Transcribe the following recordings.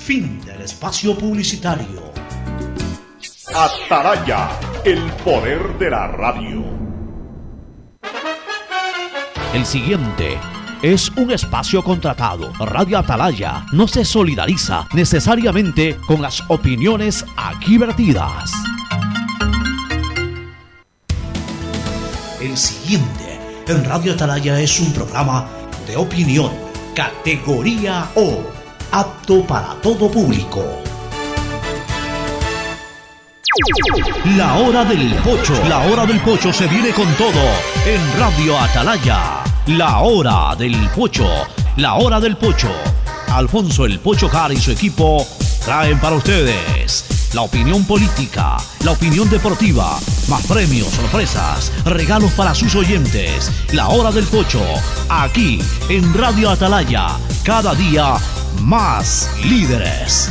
Fin del espacio publicitario. Atalaya, el poder de la radio. El siguiente es un espacio contratado. Radio Atalaya no se solidariza necesariamente con las opiniones aquí vertidas. El siguiente en Radio Atalaya es un programa de opinión, categoría O, apto para todo público. La hora del pocho. La hora del pocho se viene con todo en Radio Atalaya. La hora del pocho. La hora del pocho. Alfonso el Pocho Cara y su equipo traen para ustedes la opinión política, la opinión deportiva, más premios, sorpresas, regalos para sus oyentes. La hora del pocho, aquí en Radio Atalaya, cada día más líderes.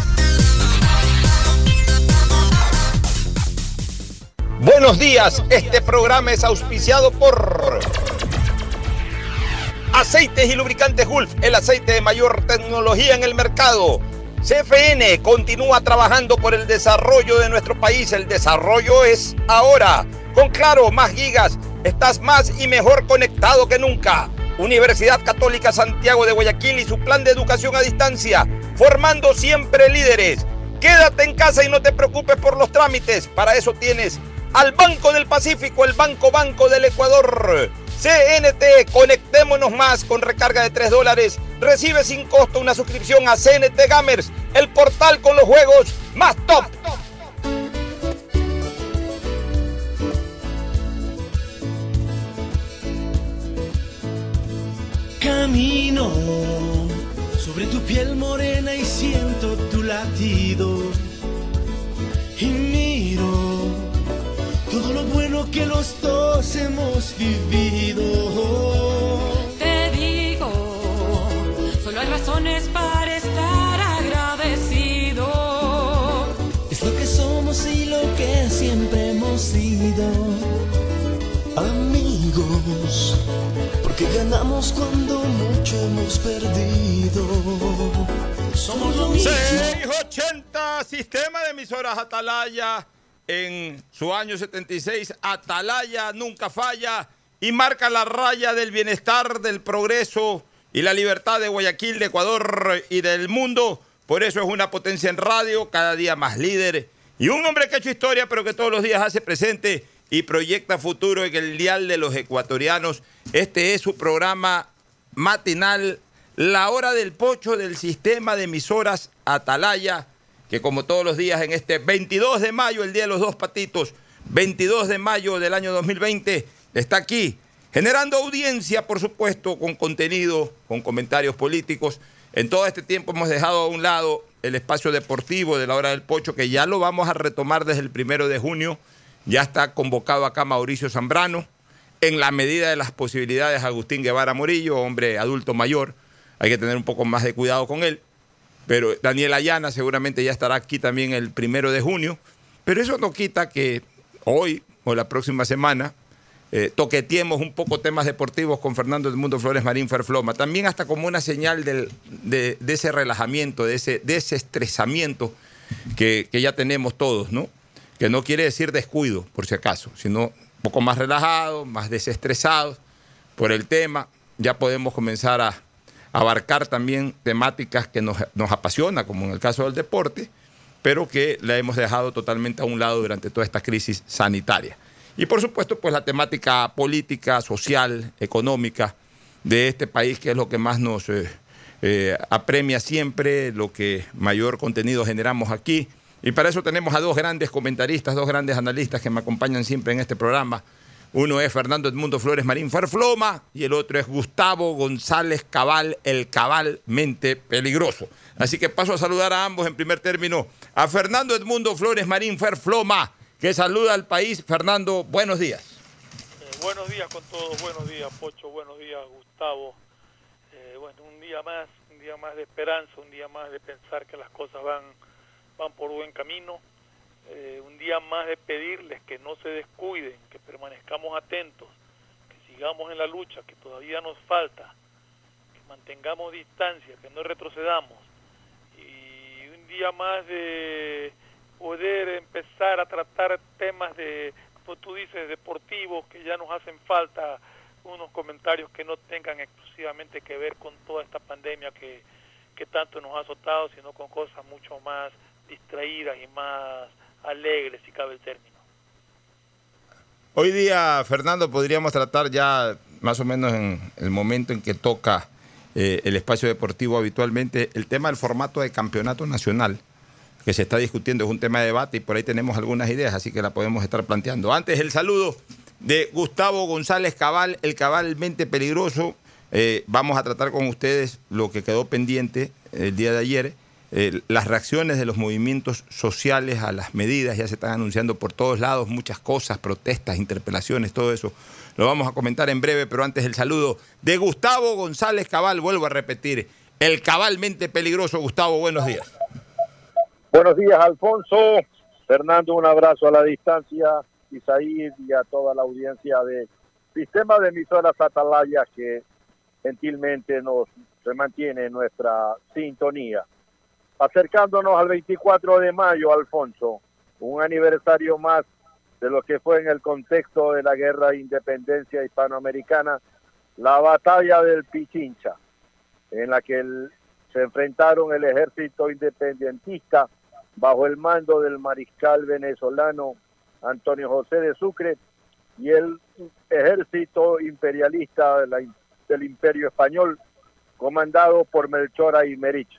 Buenos días, este programa es auspiciado por Aceites y Lubricantes Gulf, el aceite de mayor tecnología en el mercado. CFN continúa trabajando por el desarrollo de nuestro país. El desarrollo es ahora. Con Claro, más gigas, estás más y mejor conectado que nunca. Universidad Católica Santiago de Guayaquil y su plan de educación a distancia, formando siempre líderes. Quédate en casa y no te preocupes por los trámites. Para eso tienes al Banco del Pacífico, el Banco del Ecuador. CNT, conectémonos más con recarga de $3. Recibe sin costo una suscripción a CNT Gamers, el portal con los juegos más top. Camino sobre tu piel morena y siento tu latido. Y miro todo lo bueno que los dos hemos vivido. Te digo, solo hay razones para estar agradecido. Es lo que somos y lo que siempre hemos sido. Amigos, porque ganamos cuando mucho hemos perdido. Somos lo mismo. 680, sistema de emisoras Atalaya. En su año 76, Atalaya nunca falla y marca la raya del bienestar, del progreso y la libertad de Guayaquil, de Ecuador y del mundo. Por eso es una potencia en radio, cada día más líder. Y un hombre que ha hecho historia, pero que todos los días hace presente y proyecta futuro en el dial de los ecuatorianos. Este es su programa matinal, La Hora del Pocho, del sistema de emisoras Atalaya, que como todos los días en este 22 de mayo, el Día de los Dos Patitos, 22 de mayo del año 2020, está aquí, generando audiencia, por supuesto, con contenido, con comentarios políticos. En todo este tiempo hemos dejado a un lado el espacio deportivo de La Hora del Pocho, que ya lo vamos a retomar desde el 1 de junio. Ya está convocado acá Mauricio Zambrano, en la medida de las posibilidades Agustín Guevara Morillo, hombre adulto mayor, hay que tener un poco más de cuidado con él. Pero Daniel Ayana seguramente ya estará aquí también el 1 de junio. Pero eso no quita que hoy o la próxima semana toqueteemos un poco temas deportivos con Fernando Edmundo Flores Marín Ferfloma. También hasta como una señal de ese relajamiento, de ese estresamiento que ya tenemos todos, ¿no? Que no quiere decir descuido, por si acaso, sino un poco más relajados, más desestresados por el tema. Ya podemos comenzar a abarcar también temáticas que nos apasiona, como en el caso del deporte, pero que la hemos dejado totalmente a un lado durante toda esta crisis sanitaria. Y por supuesto, pues la temática política, social, económica de este país, que es lo que más nos apremia siempre, lo que mayor contenido generamos aquí. Y para eso tenemos a dos grandes comentaristas, dos grandes analistas que me acompañan siempre en este programa. Uno es Fernando Edmundo Flores Marín Ferfloma y el otro es Gustavo González Cabal, el cabalmente peligroso. Así que paso a saludar a ambos en primer término. A Fernando Edmundo Flores Marín Ferfloma, que saluda al país. Fernando, buenos días. Buenos días con todos, buenos días Pocho, buenos días Gustavo. Bueno, un día más de esperanza, un día más de pensar que las cosas van por buen camino. Un día más de pedirles que no se descuiden, que permanezcamos atentos, que sigamos en la lucha, que todavía nos falta, que mantengamos distancia, que no retrocedamos. Y un día más de poder empezar a tratar temas de, como tú dices, deportivos, que ya nos hacen falta unos comentarios que no tengan exclusivamente que ver con toda esta pandemia que tanto nos ha azotado, sino con cosas mucho más distraídas y más alegres, si cabe el término. Hoy día, Fernando, podríamos tratar ya más o menos en el momento en que toca el espacio deportivo habitualmente, el tema del formato de campeonato nacional que se está discutiendo. Es un tema de debate y por ahí tenemos algunas ideas, así que la podemos estar planteando. Antes, el saludo de Gustavo González Cabal, el cabalmente peligroso. Vamos a tratar con ustedes lo que quedó pendiente el día de ayer, las reacciones de los movimientos sociales a las medidas. Ya se están anunciando por todos lados muchas cosas, protestas, interpelaciones, todo eso. Lo vamos a comentar en breve, pero antes el saludo de Gustavo González Cabal. Vuelvo a repetir, el cabalmente peligroso. Gustavo, buenos días. Buenos días, Alfonso. Fernando, un abrazo a la distancia. Isaí y a toda la audiencia de Sistema de Emisoras Atalaya que gentilmente se mantiene en nuestra sintonía. Acercándonos al 24 de mayo, Alfonso, un aniversario más de lo que fue en el contexto de la Guerra de Independencia Hispanoamericana, la batalla del Pichincha, en la que se enfrentaron el ejército independentista bajo el mando del mariscal venezolano Antonio José de Sucre y el ejército imperialista del Imperio Español, comandado por Melchor Aymerich.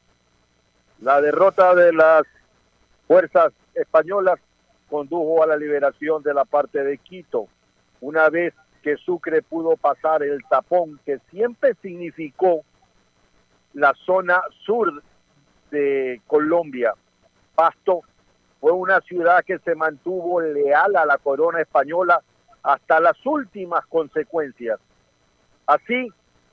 La derrota de las fuerzas españolas condujo a la liberación de la parte de Quito, una vez que Sucre pudo pasar el tapón que siempre significó la zona sur de Colombia. Pasto fue una ciudad que se mantuvo leal a la corona española hasta las últimas consecuencias. Así,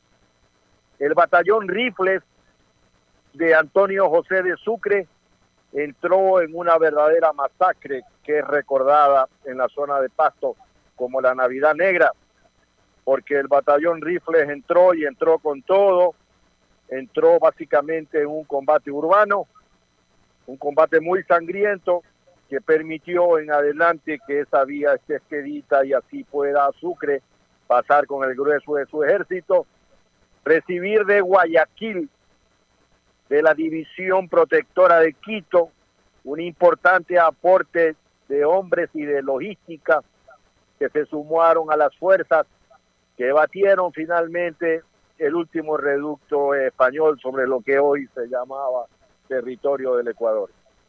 el batallón Rifles de Antonio José de Sucre entró en una verdadera masacre que es recordada en la zona de Pasto como la Navidad Negra, porque el batallón Rifles entró con todo, entró básicamente en un combate urbano, un combate muy sangriento que permitió en adelante que esa vía esté expedita y así pueda Sucre pasar con el grueso de su ejército, recibir de Guayaquil, de la División Protectora de Quito, un importante aporte de hombres y de logística que se sumaron a las fuerzas que batieron finalmente el último reducto español sobre lo que hoy se llamaba territorio del Ecuador.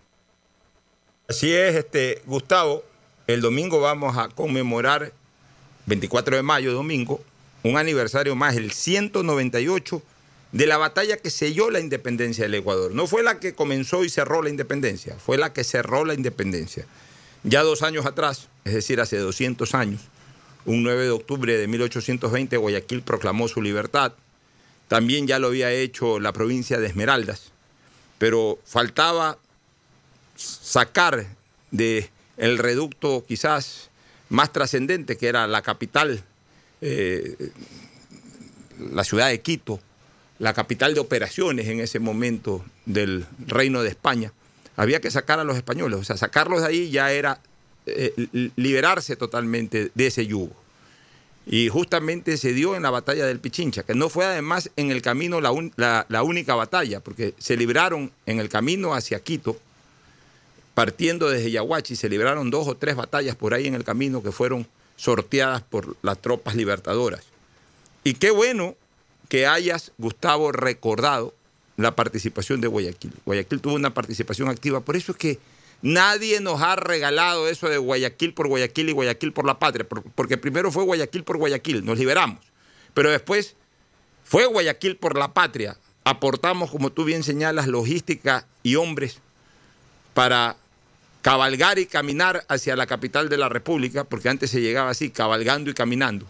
Así es, Gustavo. El domingo vamos a conmemorar, 24 de mayo, domingo, un aniversario más, el 198 de la batalla que selló la independencia del Ecuador. No fue la que comenzó y cerró la independencia, fue la que cerró la independencia. Ya 2 años atrás, es decir, hace 200 años, un 9 de octubre de 1820, Guayaquil proclamó su libertad. También ya lo había hecho la provincia de Esmeraldas, pero faltaba sacar del reducto quizás más trascendente, que era la capital, la ciudad de Quito, la capital de operaciones en ese momento del Reino de España. Había que sacar a los españoles, o sea, sacarlos de ahí ya era liberarse totalmente de ese yugo. Y justamente se dio en la batalla del Pichincha, que no fue además en el camino la única batalla, porque se libraron en el camino hacia Quito, partiendo desde Yaguachi, se libraron 2 o 3 batallas por ahí en el camino que fueron sorteadas por las tropas libertadoras. Y qué bueno que hayas, Gustavo, recordado la participación de Guayaquil. Guayaquil tuvo una participación activa, por eso es que nadie nos ha regalado eso de Guayaquil por Guayaquil y Guayaquil por la patria, porque primero fue Guayaquil por Guayaquil, nos liberamos, pero después fue Guayaquil por la patria. Aportamos, como tú bien señalas, logística y hombres para cabalgar y caminar hacia la capital de la República, porque antes se llegaba así, cabalgando y caminando,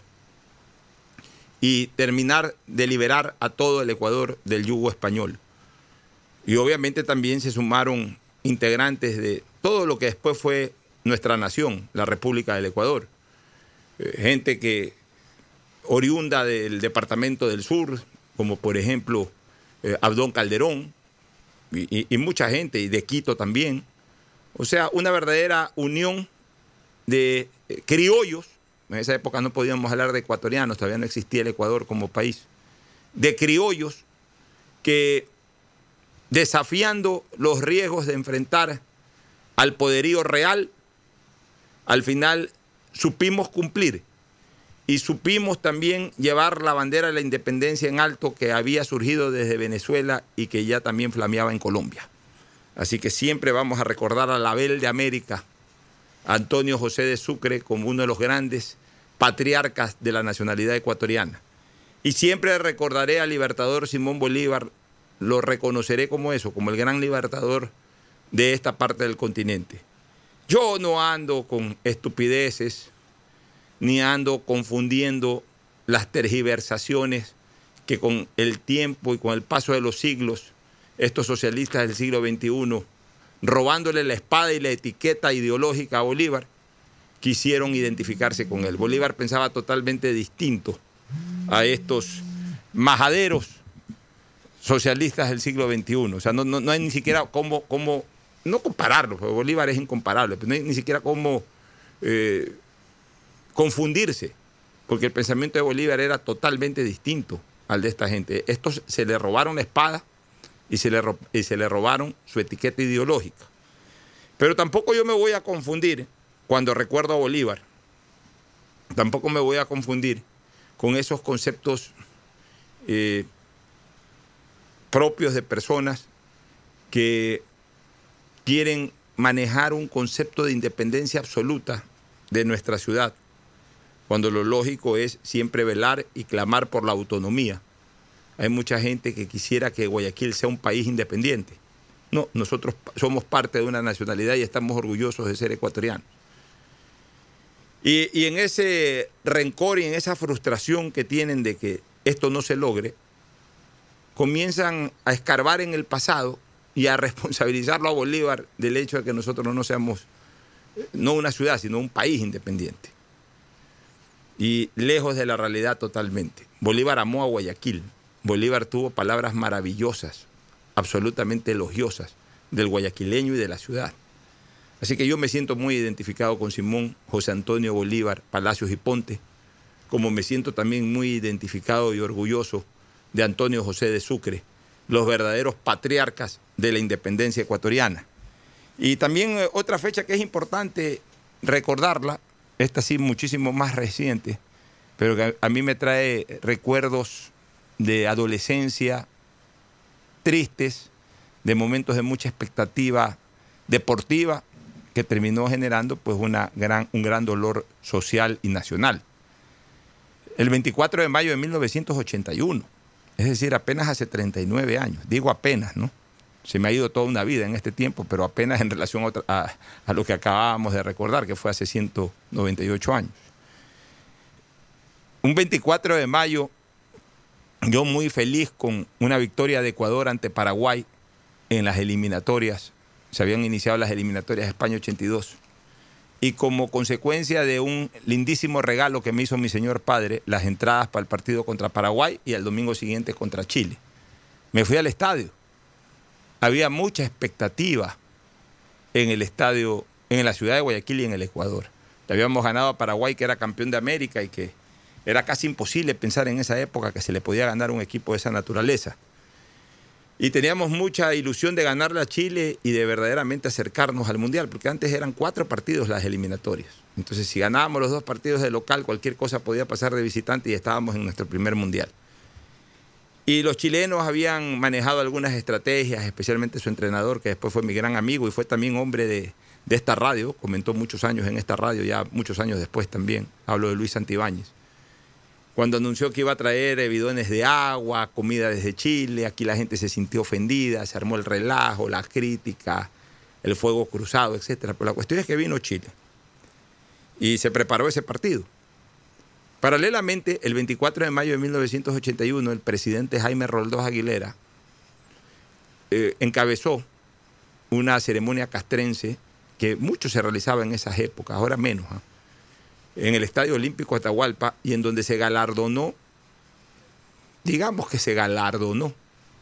y terminar de liberar a todo el Ecuador del yugo español. Y obviamente también se sumaron integrantes de todo lo que después fue nuestra nación, la República del Ecuador. Gente que oriunda del Departamento del Sur, como por ejemplo Abdón Calderón, y mucha gente, y de Quito también. O sea, una verdadera unión de criollos. En esa época no podíamos hablar de ecuatorianos, todavía no existía el Ecuador como país. De criollos que, desafiando los riesgos de enfrentar al poderío real, al final supimos cumplir y supimos también llevar la bandera de la independencia en alto que había surgido desde Venezuela y que ya también flameaba en Colombia. Así que siempre vamos a recordar a la Abel de América, Antonio José de Sucre, como uno de los grandes patriarcas de la nacionalidad ecuatoriana. Y siempre recordaré al libertador Simón Bolívar, lo reconoceré como eso, como el gran libertador de esta parte del continente. Yo no ando con estupideces, ni ando confundiendo las tergiversaciones que con el tiempo y con el paso de los siglos, estos socialistas del siglo XXI, robándole la espada y la etiqueta ideológica a Bolívar, quisieron identificarse con él. Bolívar pensaba totalmente distinto a estos majaderos socialistas del siglo XXI. O sea, no hay ni siquiera cómo no compararlo, porque Bolívar es incomparable, pero no hay ni siquiera cómo confundirse, porque el pensamiento de Bolívar era totalmente distinto al de esta gente. Estos se le robaron la espada y se le robaron su etiqueta ideológica. Pero tampoco yo me voy a confundir cuando recuerdo a Bolívar. Tampoco me voy a confundir con esos conceptos propios de personas que quieren manejar un concepto de independencia absoluta de nuestra ciudad, cuando lo lógico es siempre velar y clamar por la autonomía. Hay mucha gente que quisiera que Guayaquil sea un país independiente. No, nosotros somos parte de una nacionalidad y estamos orgullosos de ser ecuatorianos. Y en ese rencor y en esa frustración que tienen de que esto no se logre, comienzan a escarbar en el pasado y a responsabilizarlo a Bolívar del hecho de que nosotros no seamos, no una ciudad, sino un país independiente. Y lejos de la realidad totalmente. Bolívar amó a Guayaquil. Bolívar tuvo palabras maravillosas, absolutamente elogiosas, del guayaquileño y de la ciudad. Así que yo me siento muy identificado con Simón José Antonio Bolívar Palacios y Ponte, como me siento también muy identificado y orgulloso de Antonio José de Sucre, los verdaderos patriarcas de la independencia ecuatoriana. Y también otra fecha que es importante recordarla, esta sí muchísimo más reciente, pero que a mí me trae recuerdos de adolescencia tristes, de momentos de mucha expectativa deportiva, que terminó generando pues un gran dolor social y nacional. El 24 de mayo de 1981, es decir, apenas hace 39 años, digo apenas, ¿no? Se me ha ido toda una vida en este tiempo, pero apenas en relación a lo que acabábamos de recordar, que fue hace 198 años. Un 24 de mayo, yo muy feliz con una victoria de Ecuador ante Paraguay en las eliminatorias. Se habían iniciado las eliminatorias de España 82. Y como consecuencia de un lindísimo regalo que me hizo mi señor padre, las entradas para el partido contra Paraguay y al domingo siguiente contra Chile. Me fui al estadio. Había mucha expectativa en el estadio, en la ciudad de Guayaquil y en el Ecuador. Le habíamos ganado a Paraguay, que era campeón de América y que era casi imposible pensar en esa época que se le podía ganar un equipo de esa naturaleza. Y teníamos mucha ilusión de ganarle a Chile y de verdaderamente acercarnos al Mundial, porque antes eran 4 partidos las eliminatorias. Entonces, si ganábamos los 2 partidos de local, cualquier cosa podía pasar de visitante y estábamos en nuestro primer Mundial. Y los chilenos habían manejado algunas estrategias, especialmente su entrenador, que después fue mi gran amigo y fue también hombre de esta radio, comentó muchos años en esta radio, ya muchos años después también. Hablo de Luis Santibáñez. Cuando anunció que iba a traer bidones de agua, comida desde Chile, aquí la gente se sintió ofendida, se armó el relajo, la crítica, el fuego cruzado, etcétera. Pero la cuestión es que vino Chile y se preparó ese partido. Paralelamente, el 24 de mayo de 1981, el presidente Jaime Roldós Aguilera encabezó una ceremonia castrense que mucho se realizaba en esas épocas, ahora menos, en el Estadio Olímpico Atahualpa, y en donde se galardonó, digamos que se galardonó,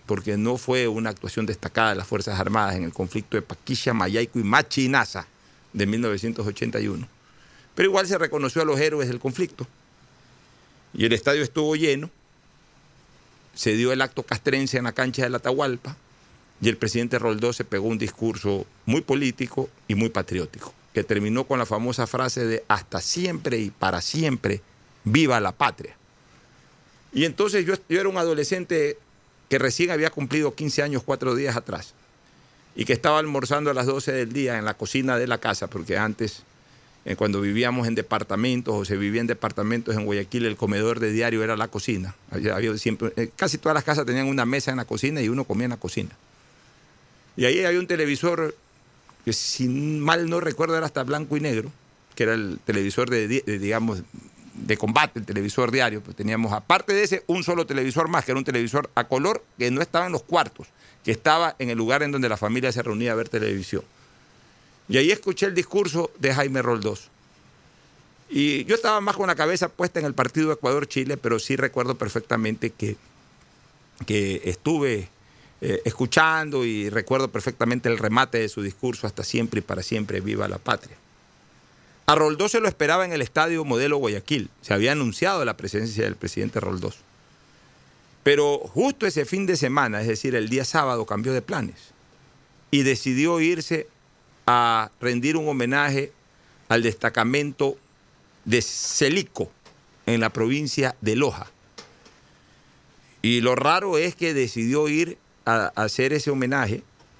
porque no fue una actuación destacada de las Fuerzas Armadas en el conflicto de Paquicha, Mayaico y Machinaza de 1981. Pero igual se reconoció a los héroes del conflicto. Y el estadio estuvo lleno. Se dio el acto castrense en la cancha del Atahualpa y el presidente Roldós se pegó un discurso muy político y muy patriótico, que terminó con la famosa frase de hasta siempre y para siempre, viva la patria. Y entonces yo era un adolescente que recién había cumplido 15 años 4 días atrás y que estaba almorzando a las 12 del día en la cocina de la casa, porque antes, cuando vivíamos en departamentos o se vivía en departamentos en Guayaquil, el comedor de diario era la cocina. Había siempre, casi todas las casas tenían una mesa en la cocina y uno comía en la cocina. Y ahí había un televisor que, si mal no recuerdo, era hasta blanco y negro, que era el televisor de combate, el televisor diario. Pues teníamos, aparte de ese, un solo televisor más, que era un televisor a color que no estaba en los cuartos, que estaba en el lugar en donde la familia se reunía a ver televisión. Y ahí escuché el discurso de Jaime Roldós. Y yo estaba más con la cabeza puesta en el partido Ecuador-Chile, pero sí recuerdo perfectamente que estuve escuchando y recuerdo perfectamente el remate de su discurso, hasta siempre y para siempre, viva la patria. A Roldós se lo esperaba en el estadio Modelo Guayaquil. Se había anunciado la presencia del presidente Roldós. Pero justo ese fin de semana, es decir, el día sábado, cambió de planes y decidió irse a rendir un homenaje al destacamento de Celico en la provincia de Loja. Y lo raro es que decidió ir a hacer ese homenaje,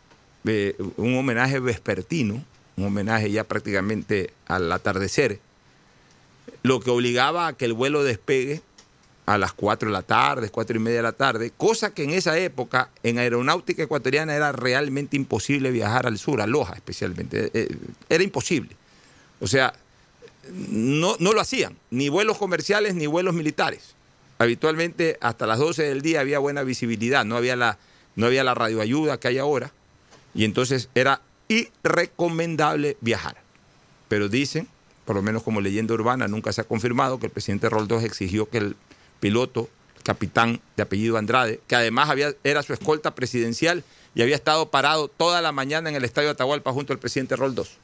un homenaje vespertino, un homenaje ya prácticamente al atardecer, lo que obligaba a que el vuelo despegue a las 4 de la tarde, 4:30 de la tarde, cosa que en esa época en aeronáutica ecuatoriana era realmente imposible viajar al sur, a Loja especialmente, era imposible. O sea, no lo hacían, ni vuelos comerciales ni vuelos militares. Habitualmente hasta las 12 del día había buena visibilidad, no había la radioayuda que hay ahora, y entonces era irrecomendable viajar. Pero dicen, por lo menos como leyenda urbana, nunca se ha confirmado, que el presidente Roldós exigió que el piloto, capitán de apellido Andrade, que además era su escolta presidencial y había estado parado toda la mañana en el estadio Atahualpa junto al presidente Roldós.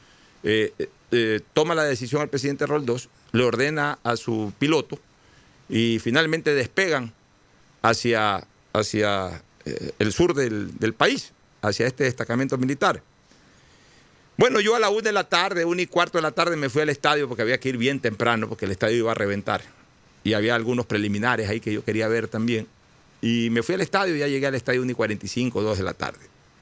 Toma la decisión el presidente Roldós, le ordena a su piloto y finalmente despegan hacia el sur del país, hacia este destacamento militar. Bueno, yo a la 1 de la tarde, 1:15 de la tarde, me fui al estadio porque había que ir bien temprano porque el estadio iba a reventar. Y había algunos preliminares ahí que yo quería ver también. Y me fui al estadio y ya llegué al estadio 1:45, 2 de la tarde.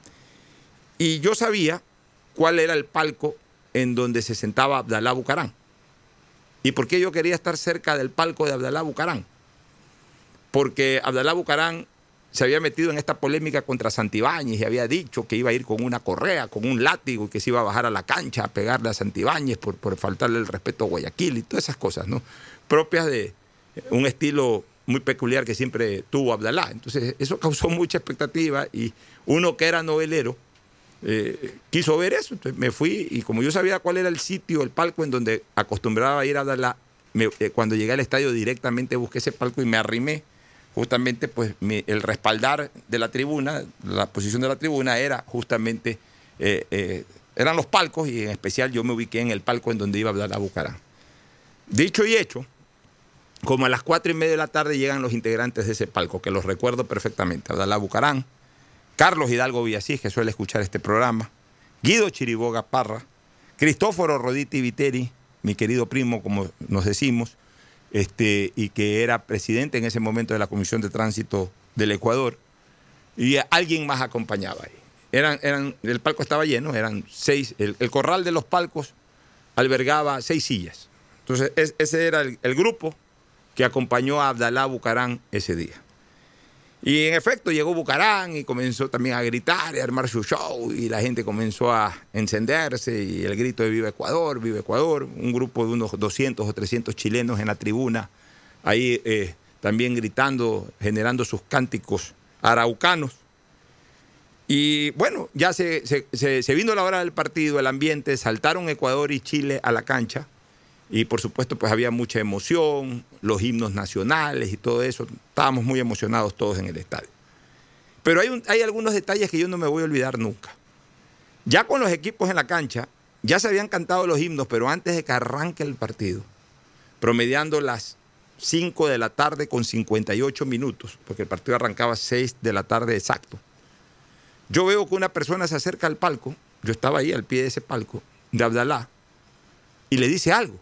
Y yo sabía cuál era el palco en donde se sentaba Abdalá Bucaram. ¿Y por qué yo quería estar cerca del palco de Abdalá Bucaram? Porque Abdalá Bucaram se había metido en esta polémica contra Santibáñez y había dicho que iba a ir con una correa, con un látigo, y que se iba a bajar a la cancha a pegarle a Santibáñez por faltarle el respeto a Guayaquil y todas esas cosas, ¿no? Propias de un estilo muy peculiar que siempre tuvo Abdalá. Entonces eso causó mucha expectativa y uno que era novelero quiso ver eso. Entonces me fui y como yo sabía cuál era el sitio, el palco en donde acostumbraba a ir Abdalá, cuando llegué al estadio directamente busqué ese palco y me arrimé. Justamente pues el respaldar de la tribuna, la posición de la tribuna era justamente, eran los palcos y en especial yo me ubiqué en el palco en donde iba Abdalá Bucaram. Dicho y hecho, como a las 4:30 de la tarde llegan los integrantes de ese palco, que los recuerdo perfectamente: Abdalá Bucaram, Carlos Hidalgo Villasís, que suele escuchar este programa, Guido Chiriboga Parra, Cristóforo Roditi Viteri, mi querido primo, como nos decimos, y que era presidente en ese momento de la Comisión de Tránsito del Ecuador, y alguien más acompañaba ahí. El palco estaba lleno, eran 6, el corral de los palcos albergaba 6 sillas. Entonces ese era el grupo que acompañó a Abdalá Bucaram ese día. Y en efecto llegó Bucaram y comenzó también a gritar y a armar su show, y la gente comenzó a encenderse y el grito de Viva Ecuador, Viva Ecuador. Un grupo de unos 200 o 300 chilenos en la tribuna, ahí también gritando, generando sus cánticos araucanos. Y bueno, ya se vino la hora del partido, el ambiente, saltaron Ecuador y Chile a la cancha. Y por supuesto pues había mucha emoción, los himnos nacionales y todo eso. Estábamos muy emocionados todos en el estadio. Pero hay algunos detalles que yo no me voy a olvidar nunca. Ya con los equipos en la cancha, ya se habían cantado los himnos, pero antes de que arranque el partido, promediando las 5 de la tarde con 58 minutos, porque el partido arrancaba 6 de la tarde exacto. Yo veo que una persona se acerca al palco, yo estaba ahí al pie de ese palco, de Abdalá, y le dice algo.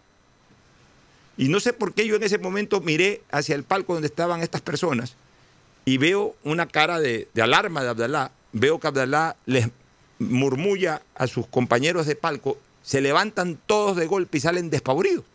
Y no sé por qué yo en ese momento miré hacia el palco donde estaban estas personas y veo una cara de alarma de Abdalá. Veo que Abdalá les murmulla a sus compañeros de palco, se levantan todos de golpe y salen despavoridos.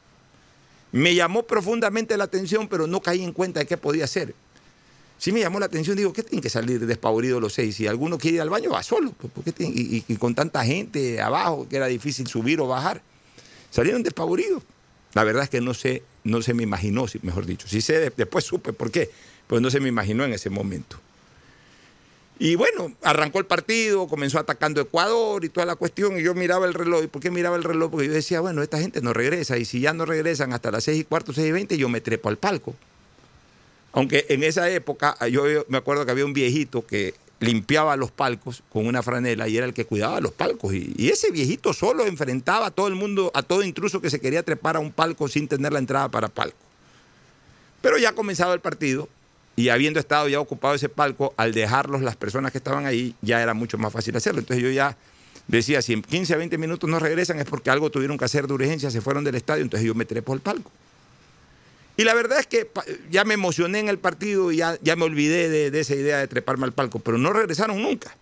Me llamó profundamente la atención, pero no caí en cuenta de qué podía ser. Sí me llamó la atención, digo, ¿qué tienen que salir despavoridos los 6? Si alguno quiere ir al baño, va solo. ¿Por qué y con tanta gente abajo que era difícil subir o bajar? Salieron despavoridos. La verdad es que no se me imaginó, mejor dicho. Sí sé, después supe por qué, pero no se me imaginó en ese momento. Y bueno, arrancó el partido, comenzó atacando Ecuador y toda la cuestión, y yo miraba el reloj. ¿Y por qué miraba el reloj? Porque yo decía, bueno, esta gente no regresa, y si ya no regresan hasta las 6:15, 6:20, yo me trepo al palco. Aunque en esa época, yo me acuerdo que había un viejito que limpiaba los palcos con una franela y era el que cuidaba los palcos. Y ese viejito solo enfrentaba a todo el mundo, a todo intruso que se quería trepar a un palco sin tener la entrada para palco. Pero ya comenzaba el partido y habiendo estado ya ocupado ese palco, al dejarlos las personas que estaban ahí, ya era mucho más fácil hacerlo. Entonces yo ya decía, si en 15 a 20 minutos no regresan es porque algo tuvieron que hacer de urgencia, se fueron del estadio, entonces yo me trepo al palco. Y la verdad es que ya me emocioné en el partido y ya me olvidé de esa idea de treparme al palco, pero no regresaron nunca.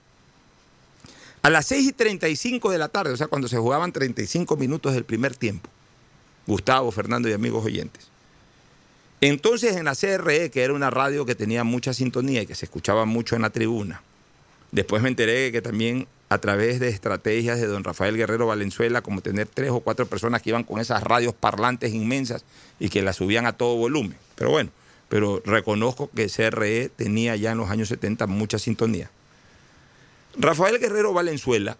A las 6:35 de la tarde, o sea, cuando se jugaban 35 minutos del primer tiempo, Gustavo, Fernando y amigos oyentes, entonces en la CRE, que era una radio que tenía mucha sintonía y que se escuchaba mucho en la tribuna, después me enteré que también a través de estrategias de don Rafael Guerrero Valenzuela, como tener 3 o 4 personas que iban con esas radios parlantes inmensas y que las subían a todo volumen. Pero bueno, pero reconozco que CRE tenía ya en los años 70 mucha sintonía. Rafael Guerrero Valenzuela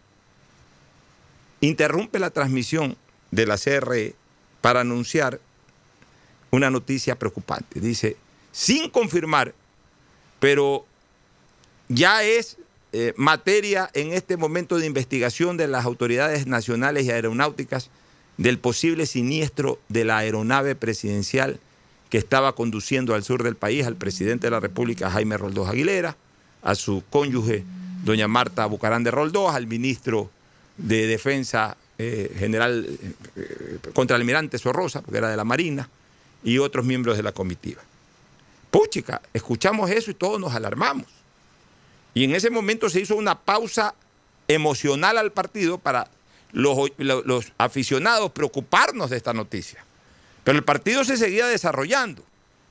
interrumpe la transmisión de la CRE para anunciar una noticia preocupante. Dice, sin confirmar, pero ya es materia en este momento de investigación de las autoridades nacionales y aeronáuticas del posible siniestro de la aeronave presidencial que estaba conduciendo al sur del país al presidente de la República, Jaime Roldós Aguilera, a su cónyuge, doña Marta Bucarán de Roldós, al ministro de Defensa, general contraalmirante Sorrosa, porque era de la Marina, y otros miembros de la comitiva. Puchica, escuchamos eso y todos nos alarmamos. Y en ese momento se hizo una pausa emocional al partido para los aficionados preocuparnos de esta noticia. Pero el partido se seguía desarrollando.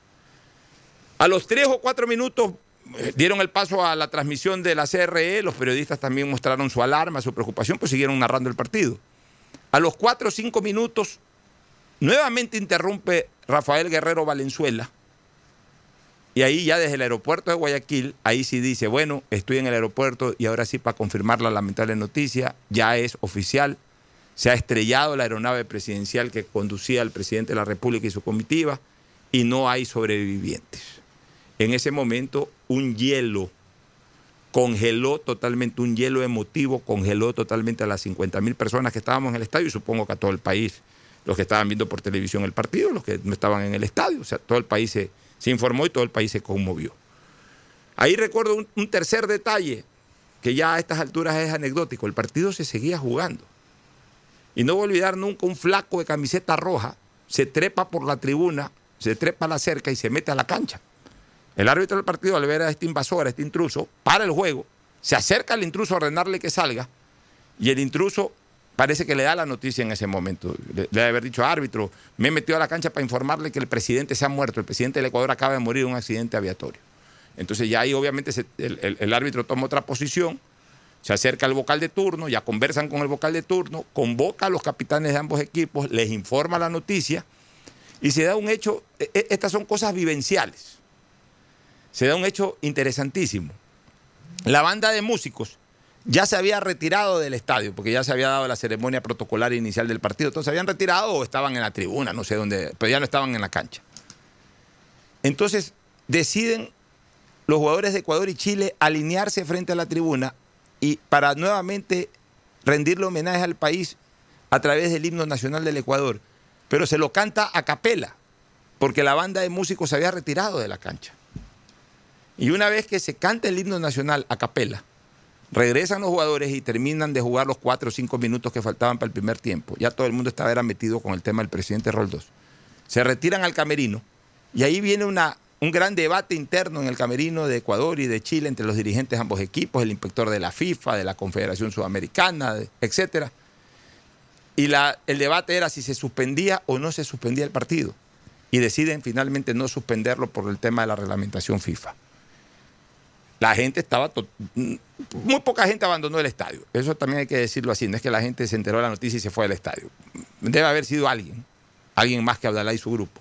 A los 3 o 4 minutos dieron el paso a la transmisión de la CRE, los periodistas también mostraron su alarma, su preocupación, pues siguieron narrando el partido. A los 4 o 5 minutos, nuevamente interrumpe Rafael Guerrero Valenzuela. Y ahí ya desde el aeropuerto de Guayaquil, ahí sí dice, bueno, estoy en el aeropuerto y ahora sí para confirmar la lamentable noticia, ya es oficial, se ha estrellado la aeronave presidencial que conducía al presidente de la República y su comitiva y no hay sobrevivientes. En ese momento un hielo congeló totalmente, un hielo emotivo congeló totalmente a las 50.000 personas que estábamos en el estadio y supongo que a todo el país, los que estaban viendo por televisión el partido, los que no estaban en el estadio, o sea, todo el país se informó y todo el país se conmovió. Ahí recuerdo un tercer detalle, que ya a estas alturas es anecdótico. El partido se seguía jugando. Y no voy a olvidar nunca un flaco de camiseta roja, se trepa por la tribuna, se trepa a la cerca y se mete a la cancha. El árbitro del partido, al ver a este invasor, a este intruso, para el juego, se acerca al intruso a ordenarle que salga, y el intruso parece que le da la noticia en ese momento. Le debe haber dicho, árbitro, me he metido a la cancha para informarle que el presidente se ha muerto, el presidente del Ecuador acaba de morir en un accidente aviatorio. Entonces ya ahí obviamente el árbitro toma otra posición, se acerca al vocal de turno, ya conversan con el vocal de turno, convoca a los capitanes de ambos equipos, les informa la noticia y se da un hecho, estas son cosas vivenciales, se da un hecho interesantísimo. La banda de músicos ya se había retirado del estadio, porque ya se había dado la ceremonia protocolar inicial del partido. Entonces se habían retirado o estaban en la tribuna, no sé dónde, pero ya no estaban en la cancha. Entonces deciden los jugadores de Ecuador y Chile alinearse frente a la tribuna y para nuevamente rendirle homenaje al país a través del himno nacional del Ecuador. Pero se lo canta a capela, porque la banda de músicos se había retirado de la cancha. Y una vez que se canta el himno nacional a capela, regresan los jugadores y terminan de jugar los 4 o 5 minutos que faltaban para el primer tiempo. Ya todo el mundo estaba metido con el tema del presidente Roldós. Se retiran al camerino y ahí viene un gran debate interno en el camerino de Ecuador y de Chile entre los dirigentes de ambos equipos, el inspector de la FIFA, de la Confederación Sudamericana, etc. Y el debate era si se suspendía o no se suspendía el partido. Y deciden finalmente no suspenderlo por el tema de la reglamentación FIFA. La gente estaba... Muy poca gente abandonó el estadio. Eso también hay que decirlo así. No es que la gente se enteró de la noticia y se fue al estadio. Debe haber sido alguien más que Abdalá y su grupo.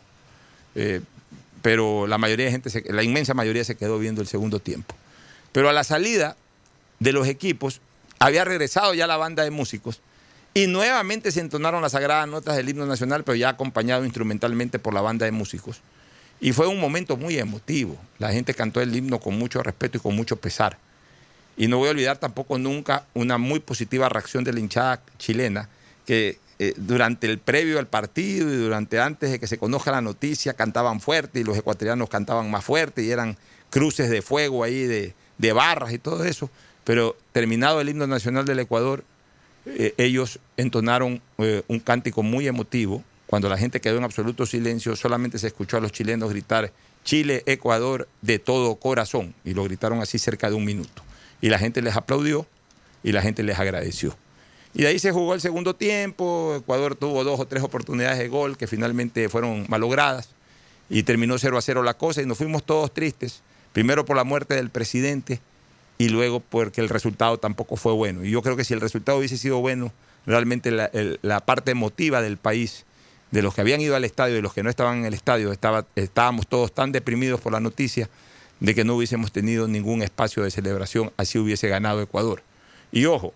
Pero la mayoría de gente, la inmensa mayoría se quedó viendo el segundo tiempo. Pero a la salida de los equipos había regresado ya la banda de músicos y nuevamente se entonaron las sagradas notas del himno nacional, pero ya acompañado instrumentalmente por la banda de músicos. Y fue un momento muy emotivo. La gente cantó el himno con mucho respeto y con mucho pesar. Y no voy a olvidar tampoco nunca una muy positiva reacción de la hinchada chilena que durante el previo al partido y durante antes de que se conozca la noticia cantaban fuerte y los ecuatorianos cantaban más fuerte y eran cruces de fuego ahí de barras y todo eso. Pero terminado el himno nacional del Ecuador, ellos entonaron un cántico muy emotivo. Cuando la gente quedó en absoluto silencio, solamente se escuchó a los chilenos gritar Chile, Ecuador, de todo corazón. Y lo gritaron así cerca de 1 minuto. Y la gente les aplaudió y la gente les agradeció. Y de ahí se jugó el segundo tiempo. Ecuador tuvo 2 o 3 oportunidades de gol que finalmente fueron malogradas. Y terminó 0-0 la cosa y nos fuimos todos tristes. Primero por la muerte del presidente y luego porque el resultado tampoco fue bueno. Y yo creo que si el resultado hubiese sido bueno, realmente la parte emotiva del país, de los que habían ido al estadio y de los que no estaban en el estadio, estábamos todos tan deprimidos por la noticia de que no hubiésemos tenido ningún espacio de celebración, así hubiese ganado Ecuador. Y ojo,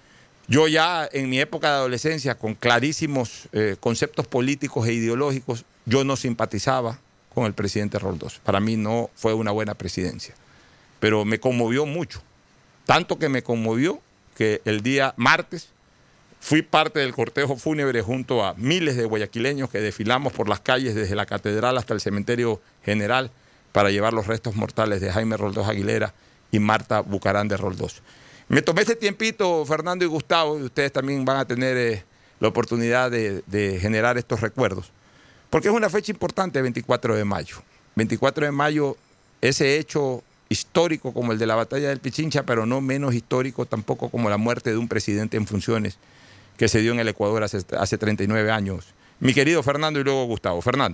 yo ya en mi época de adolescencia, con clarísimos conceptos políticos e ideológicos, yo no simpatizaba con el presidente Roldós. Para mí no fue una buena presidencia, pero me conmovió mucho, tanto que me conmovió que el día martes fui parte del cortejo fúnebre junto a miles de guayaquileños que desfilamos por las calles desde la catedral hasta el cementerio general para llevar los restos mortales de Jaime Roldós Aguilera y Marta Bucarán de Roldós. Me tomé este tiempito, Fernando y Gustavo, y ustedes también van a tener la oportunidad de generar estos recuerdos, porque es una fecha importante, 24 de mayo. 24 de mayo, ese hecho histórico como el de la batalla del Pichincha, pero no menos histórico tampoco como la muerte de un presidente en funciones que se dio en el Ecuador hace 39 años. Mi querido Fernando y luego Gustavo. Fernando.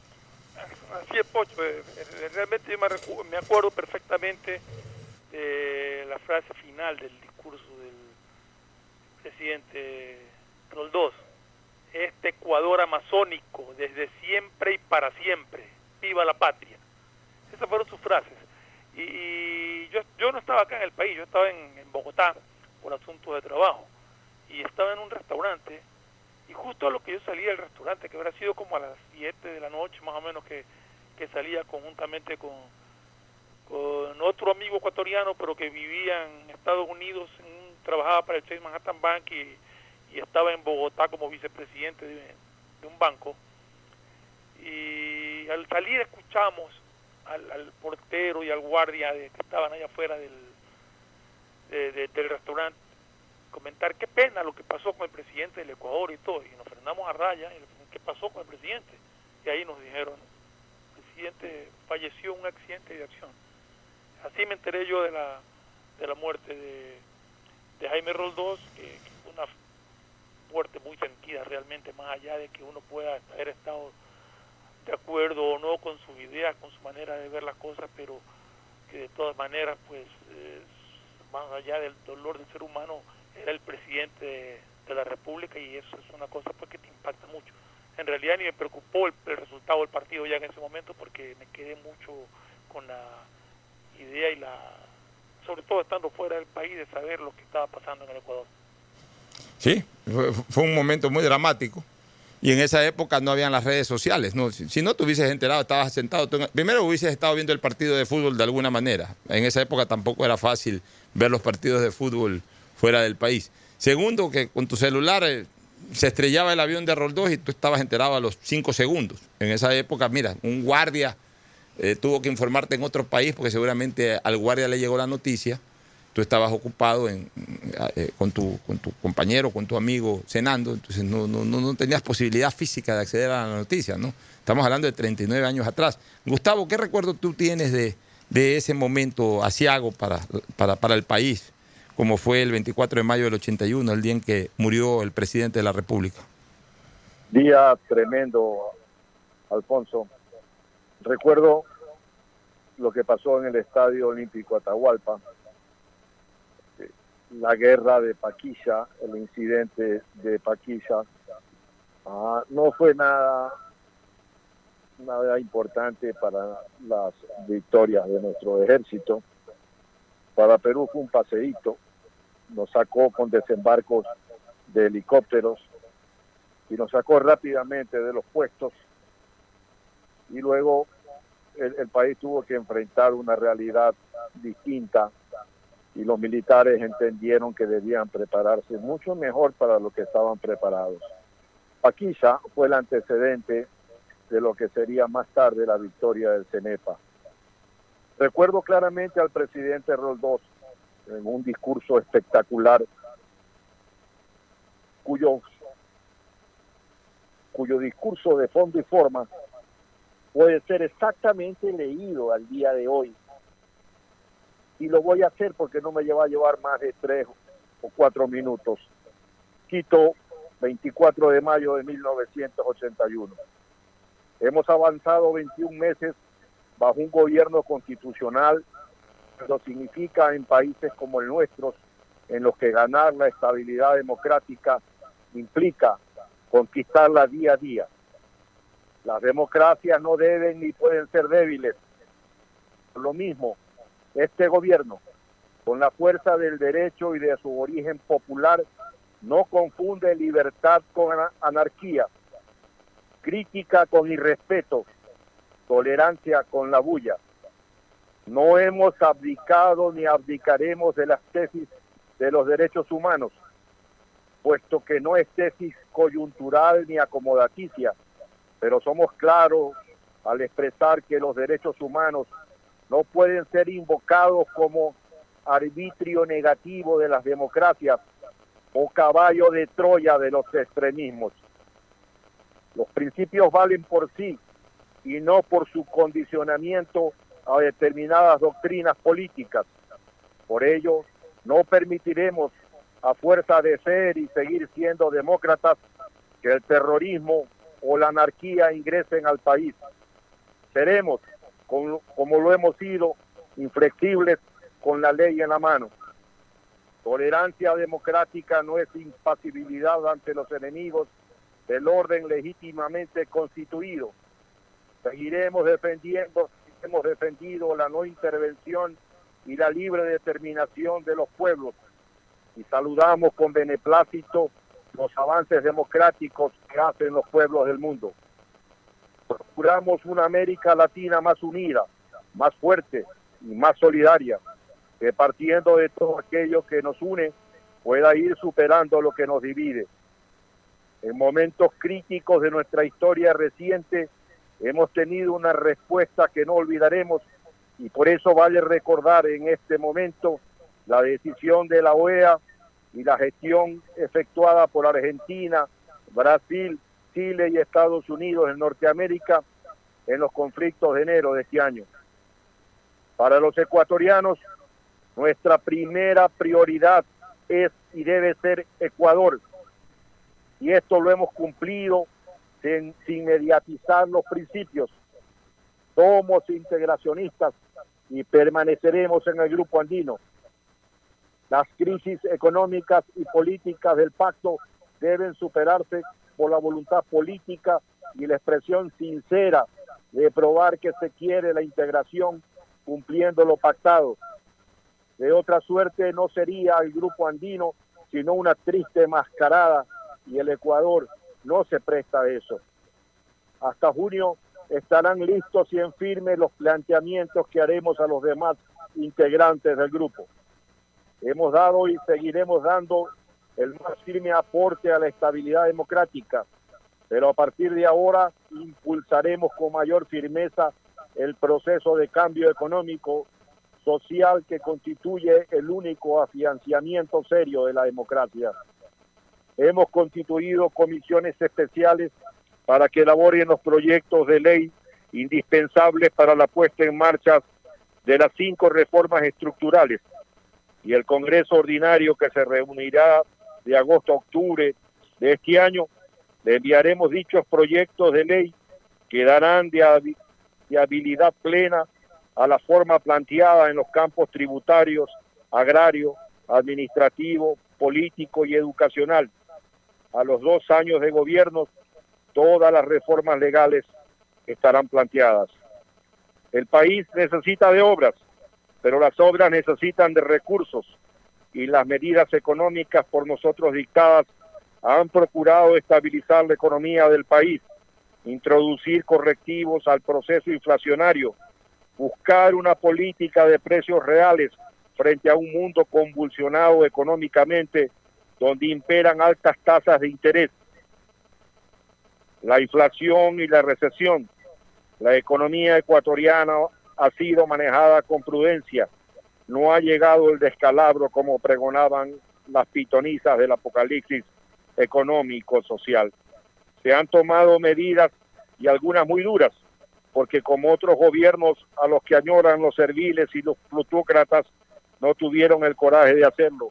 Así es, Pocho. Realmente yo me acuerdo perfectamente de la frase final del discurso del presidente Roldós. Este Ecuador amazónico, desde siempre y para siempre. ¡Viva la patria! Esas fueron sus frases. Y yo no estaba acá en el país, yo estaba en Bogotá por asuntos de trabajo. Y estaba en un restaurante, y justo a lo que yo salía del restaurante, que habrá sido como a las 7 de la noche, más o menos, que salía conjuntamente con otro amigo ecuatoriano, pero que vivía en Estados Unidos, trabajaba para el Chase Manhattan Bank y estaba en Bogotá como vicepresidente de un banco. Y al salir escuchamos al portero y al guardia que estaban allá afuera del restaurante comentar qué pena lo que pasó con el presidente del Ecuador y todo, y nos frenamos a raya, y qué pasó con el presidente, y ahí nos dijeron, el presidente falleció en un accidente de aviación. Así me enteré yo de la muerte de Jaime Roldós, que fue una muerte muy sentida realmente, más allá de que uno pueda haber estado de acuerdo o no con sus ideas, con su manera de ver las cosas, pero que de todas maneras, pues, más allá del dolor del ser humano, era el presidente de la República, y eso es una cosa pues que te impacta mucho. En realidad ni me preocupó el resultado del partido ya en ese momento, porque me quedé mucho con la idea y sobre todo estando fuera del país, de saber lo que estaba pasando en el Ecuador. Sí, fue un momento muy dramático. Y en esa época no habían las redes sociales, ¿no? Si no te hubieses enterado, estabas sentado. Primero hubieses estado viendo el partido de fútbol de alguna manera. En esa época tampoco era fácil ver los partidos de fútbol fuera del país. Segundo, que con tu celular se estrellaba el avión de Roldós y tú estabas enterado a los 5 segundos. En esa época, mira, un guardia tuvo que informarte en otro país porque seguramente al guardia le llegó la noticia. Tú estabas ocupado con tu compañero, con tu amigo cenando, entonces no tenías posibilidad física de acceder a la noticia, ¿no? Estamos hablando de 39 años atrás. Gustavo, ¿qué recuerdo tú tienes de ese momento aciago para el país, como fue el 24 de mayo del 81, el día en que murió el presidente de la República? Día tremendo, Alfonso. Recuerdo lo que pasó en el Estadio Olímpico Atahualpa, la guerra de Paquilla, el incidente de Paquilla. No fue nada importante para las victorias de nuestro ejército. Para Perú fue un paseíto, nos sacó con desembarcos de helicópteros y nos sacó rápidamente de los puestos, y luego el país tuvo que enfrentar una realidad distinta y los militares entendieron que debían prepararse mucho mejor para lo que estaban preparados. Paquilla fue el antecedente de lo que sería más tarde la victoria del CENEPA. Recuerdo claramente al presidente Roldós en un discurso espectacular cuyo discurso de fondo y forma puede ser exactamente leído al día de hoy. Y lo voy a hacer porque no me va a llevar más de 3 o 4 minutos. Quito, 24 de mayo de 1981. Hemos avanzado 21 meses bajo un gobierno constitucional. Eso significa en países como el nuestro, en los que ganar la estabilidad democrática implica conquistarla día a día. Las democracias no deben ni pueden ser débiles. Por lo mismo, este gobierno, con la fuerza del derecho y de su origen popular, no confunde libertad con anarquía, crítica con irrespeto, tolerancia con la bulla. No hemos abdicado ni abdicaremos de las tesis de los derechos humanos, puesto que no es tesis coyuntural ni acomodaticia, pero somos claros al expresar que los derechos humanos no pueden ser invocados como arbitrio negativo de las democracias o caballo de Troya de los extremismos. Los principios valen por sí y no por su condicionamiento a determinadas doctrinas políticas. Por ello, no permitiremos, a fuerza de ser y seguir siendo demócratas, que el terrorismo o la anarquía ingresen al país. Seremos, como lo hemos sido, inflexibles con la ley en la mano. Tolerancia democrática no es impasibilidad ante los enemigos del orden legítimamente constituido. Hemos defendido la no intervención y la libre determinación de los pueblos y saludamos con beneplácito los avances democráticos que hacen los pueblos del mundo. Procuramos una América Latina más unida, más fuerte y más solidaria, que partiendo de todo aquello que nos une pueda ir superando lo que nos divide. En momentos críticos de nuestra historia reciente hemos tenido una respuesta que no olvidaremos y por eso vale recordar en este momento la decisión de la OEA y la gestión efectuada por Argentina, Brasil, Chile y Estados Unidos en Norteamérica en los conflictos de enero de este año. Para los ecuatorianos, nuestra primera prioridad es y debe ser Ecuador. Y esto lo hemos cumplido sin mediatizar los principios. Somos integracionistas y permaneceremos en el grupo andino. Las crisis económicas y políticas del pacto deben superarse por la voluntad política y la expresión sincera de probar que se quiere la integración cumpliendo lo pactado. De otra suerte no sería el grupo andino sino una triste mascarada y el Ecuador no se presta a eso. Hasta junio estarán listos y en firme los planteamientos que haremos a los demás integrantes del grupo. Hemos dado y seguiremos dando el más firme aporte a la estabilidad democrática, pero a partir de ahora impulsaremos con mayor firmeza el proceso de cambio económico, social que constituye el único afianzamiento serio de la democracia. Hemos constituido comisiones especiales para que elaboren los proyectos de ley indispensables para la puesta en marcha de las 5 reformas estructurales, y el Congreso Ordinario, que se reunirá de agosto a octubre de este año, le enviaremos dichos proyectos de ley que darán de habilidad plena a la forma planteada en los campos tributarios, agrario, administrativo, político y educacional. A los 2 años de gobierno, todas las reformas legales estarán planteadas. El país necesita de obras, pero las obras necesitan de recursos, y las medidas económicas por nosotros dictadas han procurado estabilizar la economía del país, introducir correctivos al proceso inflacionario, buscar una política de precios reales frente a un mundo convulsionado económicamente, donde imperan altas tasas de interés, la inflación y la recesión. La economía ecuatoriana ha sido manejada con prudencia. No ha llegado el descalabro como pregonaban las pitonizas del apocalipsis económico-social. Se han tomado medidas, y algunas muy duras, porque como otros gobiernos a los que añoran los serviles y los plutócratas no tuvieron el coraje de hacerlo.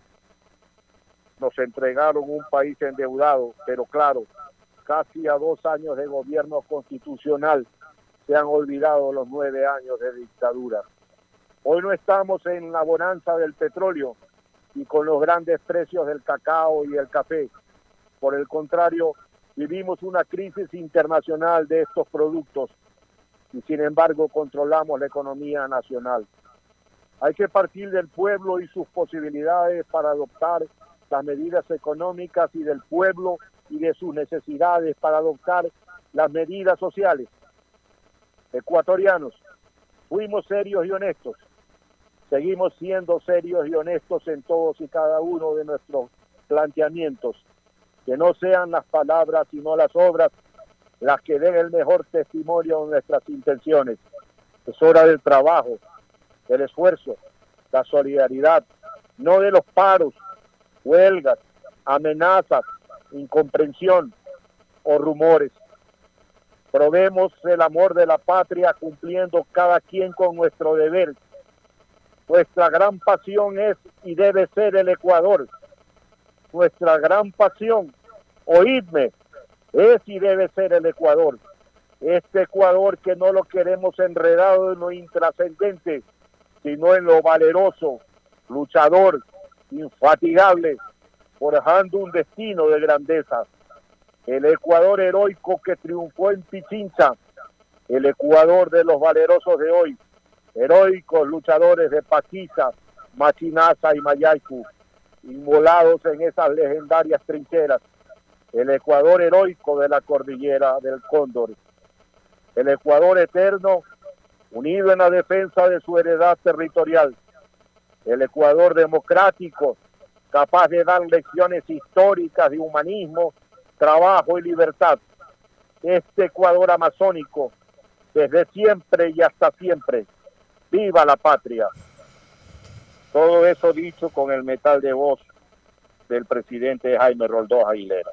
Nos entregaron un país endeudado, pero claro, casi a 2 años de gobierno constitucional se han olvidado los 9 años de dictadura. Hoy no estamos en la bonanza del petróleo y con los grandes precios del cacao y el café. Por el contrario, vivimos una crisis internacional de estos productos y sin embargo controlamos la economía nacional. Hay que partir del pueblo y sus posibilidades para adoptar las medidas económicas, y del pueblo y de sus necesidades para adoptar las medidas sociales. Ecuatorianos, fuimos serios y honestos. Seguimos siendo serios y honestos en todos y cada uno de nuestros planteamientos. Que no sean las palabras sino las obras las que den el mejor testimonio de nuestras intenciones. Es hora del trabajo, del esfuerzo, la solidaridad, no de los paros, huelgas, amenazas, incomprensión o rumores. Probemos el amor de la patria cumpliendo cada quien con nuestro deber. Nuestra gran pasión es y debe ser el Ecuador. Nuestra gran pasión, oídme, es y debe ser el Ecuador. Este Ecuador que no lo queremos enredado en lo intrascendente, sino en lo valeroso, luchador, infatigable, forjando un destino de grandeza. El Ecuador heroico que triunfó en Pichincha, el Ecuador de los valerosos de hoy, heroicos luchadores de Paquiza, Machinaza y Mayaicu, inmolados en esas legendarias trincheras. El Ecuador heroico de la cordillera del Cóndor. El Ecuador eterno, unido en la defensa de su heredad territorial. El Ecuador democrático, capaz de dar lecciones históricas de humanismo, trabajo y libertad. Este Ecuador amazónico, desde siempre y hasta siempre. ¡Viva la patria! Todo eso dicho con el metal de voz del presidente Jaime Roldós Aguilera.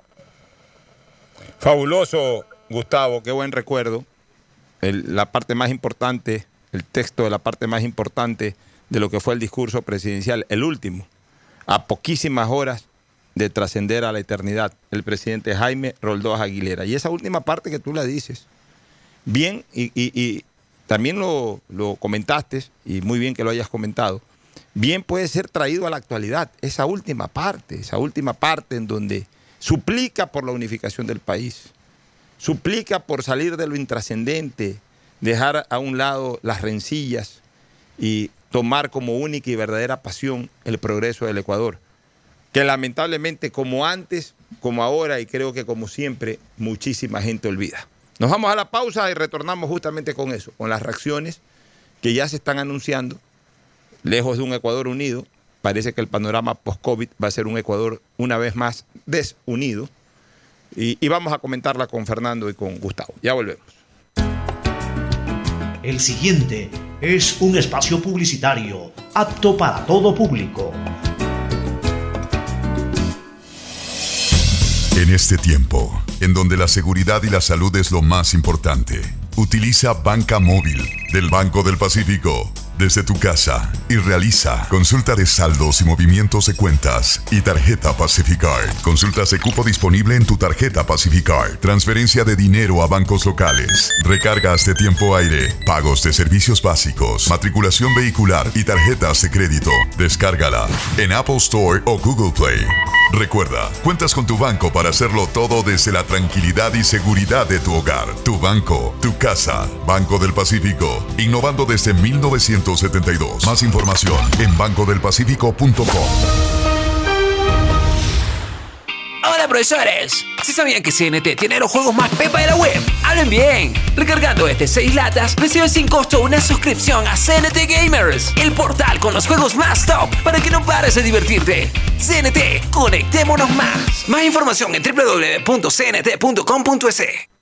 Fabuloso, Gustavo, qué buen recuerdo. La parte más importante, el texto de la parte más importante de lo que fue el discurso presidencial, el último, a poquísimas horas de trascender a la eternidad, el presidente Jaime Roldós Aguilera. Y esa última parte que tú la dices, bien, y también lo comentaste, y muy bien que lo hayas comentado, bien puede ser traído a la actualidad, esa última parte en donde suplica por la unificación del país, suplica por salir de lo intrascendente, dejar a un lado las rencillas y tomar como única y verdadera pasión el progreso del Ecuador, que lamentablemente como antes como ahora y creo que como siempre muchísima gente olvida. Nos vamos a la pausa y retornamos justamente con eso, con las reacciones que ya se están anunciando. Lejos de un Ecuador unido, parece que el panorama post-COVID va a ser un Ecuador una vez más desunido. Y vamos a comentarla con Fernando y con Gustavo. Ya volvemos. El siguiente es un espacio publicitario apto para todo público. En este tiempo, en donde la seguridad y la salud es lo más importante, utiliza Banca Móvil del Banco del Pacífico desde tu casa y realiza consulta de saldos y movimientos de cuentas y tarjeta Pacificard. Consultas de cupo disponible en tu tarjeta Pacificard. Transferencia de dinero a bancos locales. Recargas de tiempo aire. Pagos de servicios básicos. Matriculación vehicular y tarjetas de crédito. Descárgala en Apple Store o Google Play. Recuerda, cuentas con tu banco para hacerlo todo desde la tranquilidad y seguridad de tu hogar. Tu banco, tu casa. Banco del Pacífico. Innovando desde 1972. Más información en bancodelpacifico.com. Hola profesores, ¿sí sabían que CNT tiene los juegos más pepa de la web? ¡Hablen bien! Recargando 6 latas, recibes sin costo una suscripción a CNT Gamers, el portal con los juegos más top para que no pares de divertirte. CNT, conectémonos más. Más información en www.cnt.com.es.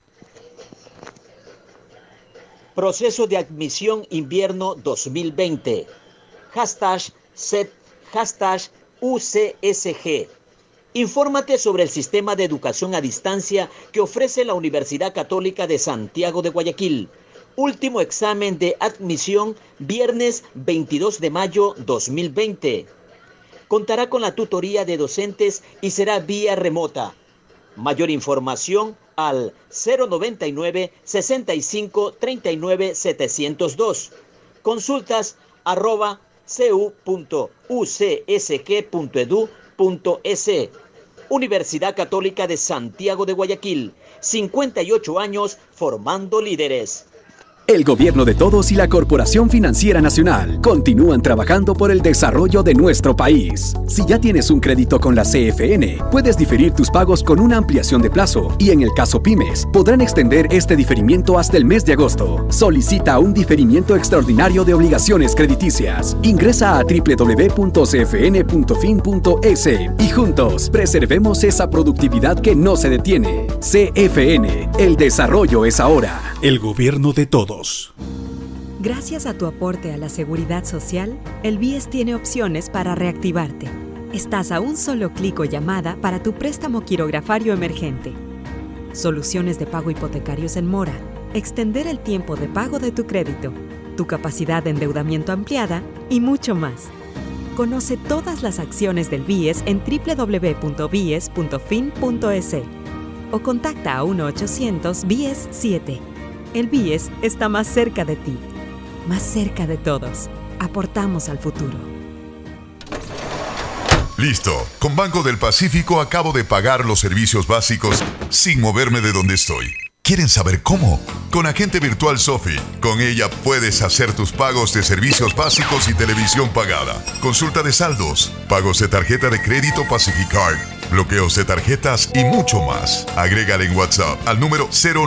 Proceso de admisión invierno 2020. #set, #UCSG. Infórmate sobre el sistema de educación a distancia que ofrece la Universidad Católica de Santiago de Guayaquil. Último examen de admisión viernes 22 de mayo 2020. Contará con la tutoría de docentes y será vía remota. Mayor información al 099 65 39 702. Consultas @cu.ucsg.edu.es. Universidad Católica de Santiago de Guayaquil, 58 años formando líderes. El gobierno de todos y la Corporación Financiera Nacional continúan trabajando por el desarrollo de nuestro país. Si ya tienes un crédito con la CFN, puedes diferir tus pagos con una ampliación de plazo y en el caso pymes, podrán extender este diferimiento hasta el mes de agosto. Solicita un diferimiento extraordinario de obligaciones crediticias. Ingresa a www.cfn.fin.es y juntos preservemos esa productividad que no se detiene. CFN, el desarrollo es ahora. El gobierno de todos. Gracias a tu aporte a la seguridad social, el BIES tiene opciones para reactivarte. Estás a un solo clic o llamada para tu préstamo quirografario emergente. Soluciones de pago hipotecarios en mora, extender el tiempo de pago de tu crédito, tu capacidad de endeudamiento ampliada y mucho más. Conoce todas las acciones del BIES en www.bies.fin.es o contacta a 1-800-BIES-7. El BIES está más cerca de ti, más cerca de todos. Aportamos al futuro. Listo. Con Banco del Pacífico acabo de pagar los servicios básicos sin moverme de donde estoy. ¿Quieren saber cómo? Con Agente Virtual Sofi. Con ella puedes hacer tus pagos de servicios básicos y televisión pagada, consulta de saldos, pagos de tarjeta de crédito Pacificard, bloqueos de tarjetas y mucho más. Agrégale en WhatsApp al número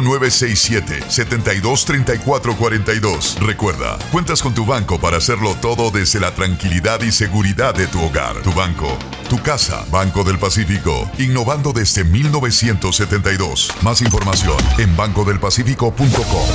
0967-723442. Recuerda, cuentas con tu banco para hacerlo todo desde la tranquilidad y seguridad de tu hogar. Tu banco, tu casa. Banco del Pacífico. Innovando desde 1972. Más información en bancodelpacifico.com.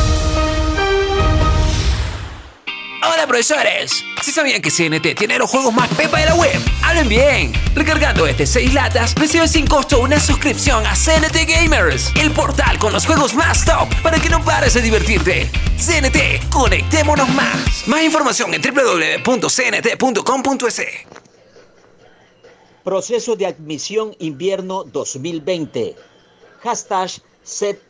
Hola profesores, ¿sí sabían que CNT tiene los juegos más pepa de la web? ¡Hablen bien! Recargando 6 latas, recibes sin costo una suscripción a CNT Gamers, el portal con los juegos más top para que no pares de divertirte. CNT, conectémonos más. Más información en www.cnt.com.es. Proceso de admisión invierno 2020. #set,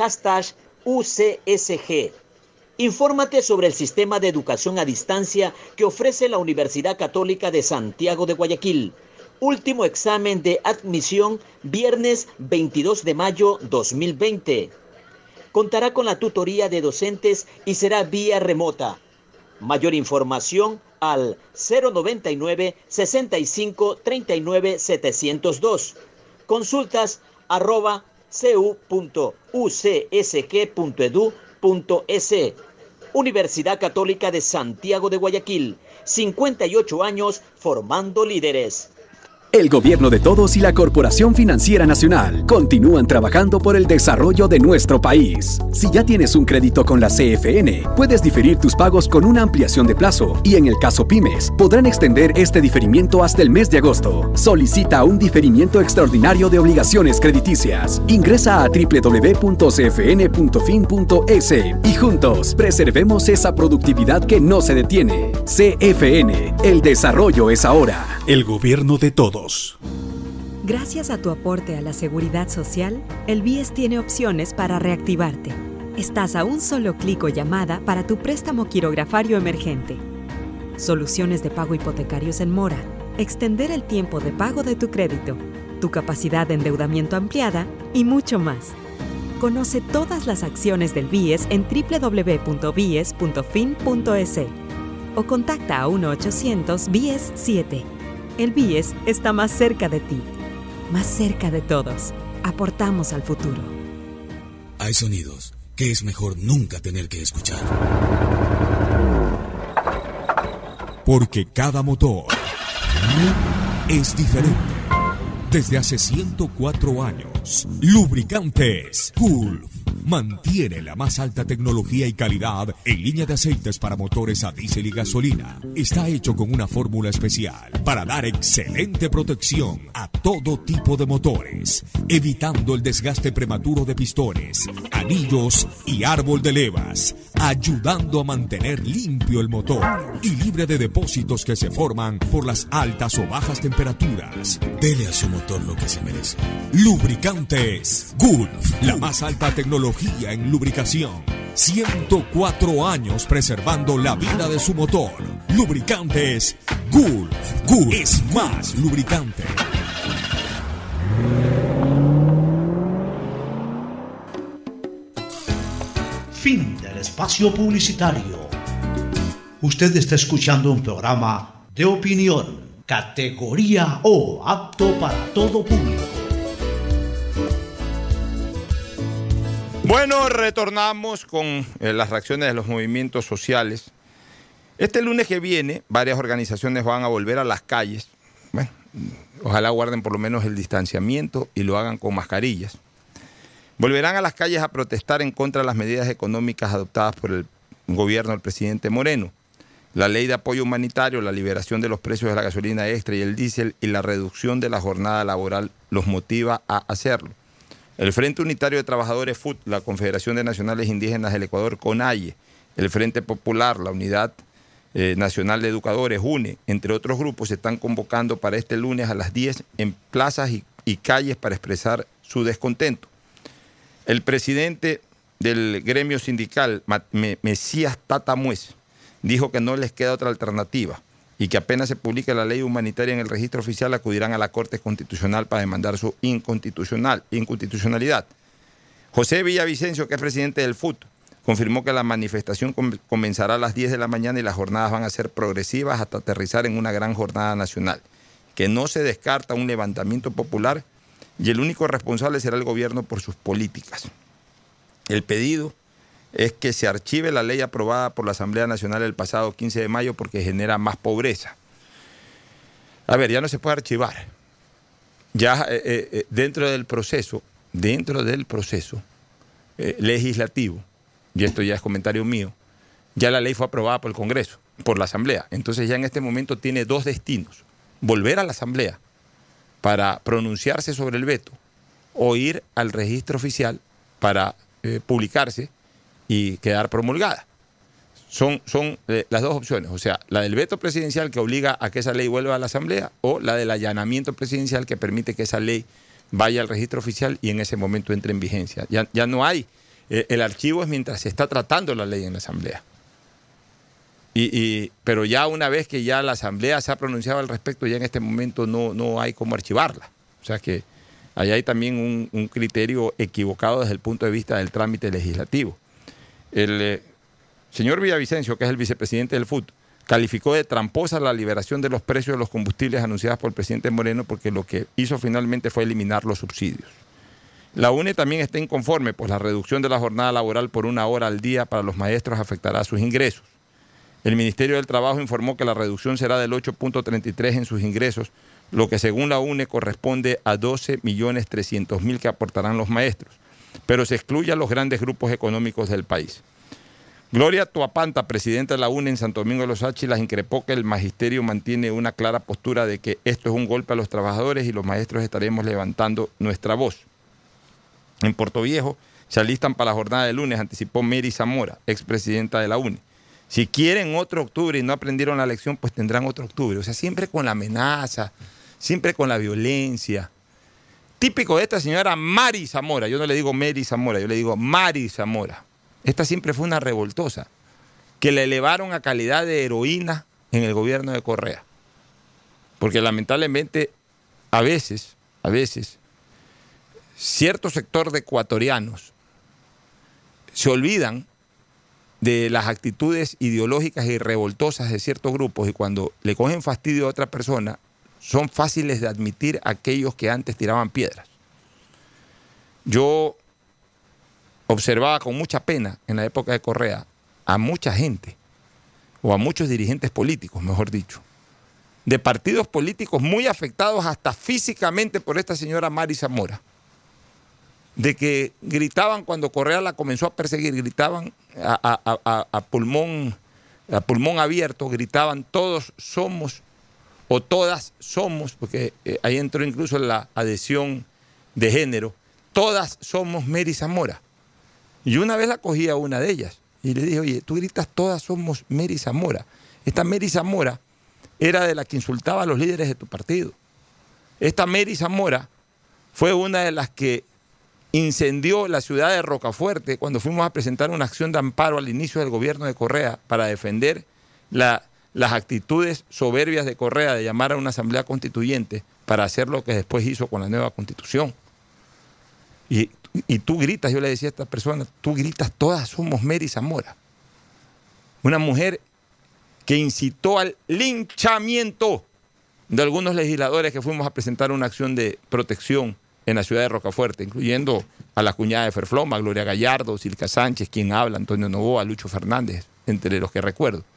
#UCSG. Infórmate sobre el sistema de educación a distancia que ofrece la Universidad Católica de Santiago de Guayaquil. Último examen de admisión viernes 22 de mayo 2020. Contará con la tutoría de docentes y será vía remota. Mayor información al 099 65 39 702. Consultas @cu.ucsg.edu.es. Universidad Católica de Santiago de Guayaquil. 58 años formando líderes. El gobierno de todos y la Corporación Financiera Nacional continúan trabajando por el desarrollo de nuestro país. Si ya tienes un crédito con la CFN, puedes diferir tus pagos con una ampliación de plazo y en el caso pymes, podrán extender este diferimiento hasta el mes de agosto. Solicita un diferimiento extraordinario de obligaciones crediticias. Ingresa a www.cfn.fin.es y juntos preservemos esa productividad que no se detiene. CFN, el desarrollo es ahora. El gobierno de todos. Gracias a tu aporte a la seguridad social, el BIES tiene opciones para reactivarte. Estás a un solo clic o llamada para tu préstamo quirografario emergente. Soluciones de pago hipotecarios en mora, extender el tiempo de pago de tu crédito, tu capacidad de endeudamiento ampliada y mucho más. Conoce todas las acciones del BIES en www.bies.fin.es o contacta a 1-800-BIES-7. El BIES está más cerca de ti, más cerca de todos. Aportamos al futuro. Hay sonidos que es mejor nunca tener que escuchar. Porque cada motor es diferente. Desde hace 104 años, Lubricantes Gulf mantiene la más alta tecnología y calidad en línea de aceites para motores a diésel y gasolina. Está hecho con una fórmula especial para dar excelente protección a todo tipo de motores, evitando el desgaste prematuro de pistones, anillos y árbol de levas, ayudando a mantener limpio el motor y libre de depósitos que se forman por las altas o bajas temperaturas. Dele a su motor lo que se merece. Lubricantes Gulf, la más alta tecnología en lubricación. 104 años preservando la vida de su motor. Lubricantes Gulf. Gulf es más lubricante. Fin del espacio publicitario. Usted está escuchando un programa de opinión, categoría O, apto para todo público. Bueno, retornamos con las reacciones de los movimientos sociales. Este lunes que viene, varias organizaciones van a volver a las calles. Bueno, ojalá guarden por lo menos el distanciamiento y lo hagan con mascarillas. Volverán a las calles a protestar en contra de las medidas económicas adoptadas por el gobierno del presidente Moreno. La ley de apoyo humanitario, la liberación de los precios de la gasolina extra y el diésel y la reducción de la jornada laboral los motiva a hacerlo. El Frente Unitario de Trabajadores FUT, la Confederación de Nacionales Indígenas del Ecuador, CONAIE, el Frente Popular, la Unidad Nacional de Educadores, UNE, entre otros grupos, se están convocando para este lunes a las 10 en plazas y calles para expresar su descontento. El presidente del gremio sindical, Mesías Tatamuez, dijo que no les queda otra alternativa y que apenas se publique la ley humanitaria en el registro oficial acudirán a la Corte Constitucional para demandar su inconstitucionalidad. José Villavicencio, que es presidente del FUT, confirmó que la manifestación comenzará a las 10 de la mañana y las jornadas van a ser progresivas hasta aterrizar en una gran jornada nacional, que no se descarta un levantamiento popular y el único responsable será el gobierno por sus políticas. El pedido es que se archive la ley aprobada por la Asamblea Nacional el pasado 15 de mayo porque genera más pobreza. A ver, ya no se puede archivar. Ya dentro del proceso legislativo, y esto ya es comentario mío, ya la ley fue aprobada por el Congreso, por la Asamblea. Entonces ya en este momento tiene dos destinos: volver a la Asamblea para pronunciarse sobre el veto o ir al registro oficial para publicarse y quedar promulgada. Son las dos opciones, o sea, la del veto presidencial que obliga a que esa ley vuelva a la Asamblea o la del allanamiento presidencial que permite que esa ley vaya al registro oficial y en ese momento entre en vigencia. Ya no hay, el archivo es mientras se está tratando la ley en la Asamblea. Pero ya una vez que ya la Asamblea se ha pronunciado al respecto, ya en este momento no hay cómo archivarla. O sea que ahí hay también un criterio equivocado desde el punto de vista del trámite legislativo. El señor Villavicencio, que es el vicepresidente del FUT, calificó de tramposa la liberación de los precios de los combustibles anunciadas por el presidente Moreno, porque lo que hizo finalmente fue eliminar los subsidios. La UNE también está inconforme, pues la reducción de la jornada laboral por 1 hora al día para los maestros afectará sus ingresos. El Ministerio del Trabajo informó que la reducción será del 8.33 en sus ingresos, lo que según la UNE corresponde a 12.300.000 que aportarán los maestros, pero se excluye a los grandes grupos económicos del país. Gloria Toapanta, presidenta de la UNE en Santo Domingo de los Áchilas, increpó que el magisterio mantiene una clara postura de que esto es un golpe a los trabajadores y los maestros estaremos levantando nuestra voz. En Puerto Viejo se alistan para la jornada de lunes, anticipó Mary Zamora, expresidenta de la UNE. Si quieren otro octubre y no aprendieron la lección, pues tendrán otro octubre. O sea, siempre con la amenaza, siempre con la violencia. Típico de esta señora Mary Zamora. Yo no le digo Mary Zamora, yo le digo Mary Zamora. Esta siempre fue una revoltosa, que le elevaron a calidad de heroína en el gobierno de Correa. Porque lamentablemente, a veces, cierto sector de ecuatorianos se olvidan de las actitudes ideológicas y revoltosas de ciertos grupos y cuando le cogen fastidio a otra persona, son fáciles de admitir aquellos que antes tiraban piedras. Yo observaba con mucha pena en la época de Correa a mucha gente, o a muchos dirigentes políticos, mejor dicho, de partidos políticos muy afectados hasta físicamente por esta señora Mary Zamora, de que gritaban cuando Correa la comenzó a perseguir, gritaban a pulmón abierto, gritaban todos somos o todas somos, porque ahí entró incluso la adhesión de género, todas somos Mary Zamora. Y una vez la cogí a una de ellas y le dije, oye, tú gritas todas somos Mary Zamora. Esta Mary Zamora era de la que insultaba a los líderes de tu partido. Esta Mary Zamora fue una de las que incendió la ciudad de Rocafuerte cuando fuimos a presentar una acción de amparo al inicio del gobierno de Correa para defender las actitudes soberbias de Correa de llamar a una asamblea constituyente para hacer lo que después hizo con la nueva constitución. Y tú gritas, yo le decía a esta persona, tú gritas, todas somos Mary Zamora. Una mujer que incitó al linchamiento de algunos legisladores que fuimos a presentar una acción de protección en la ciudad de Rocafuerte, incluyendo a la cuñada de Ferfloma, Gloria Gallardo, Silka Sánchez, quien habla, Antonio Novoa, Lucho Fernández, entre los que recuerdo.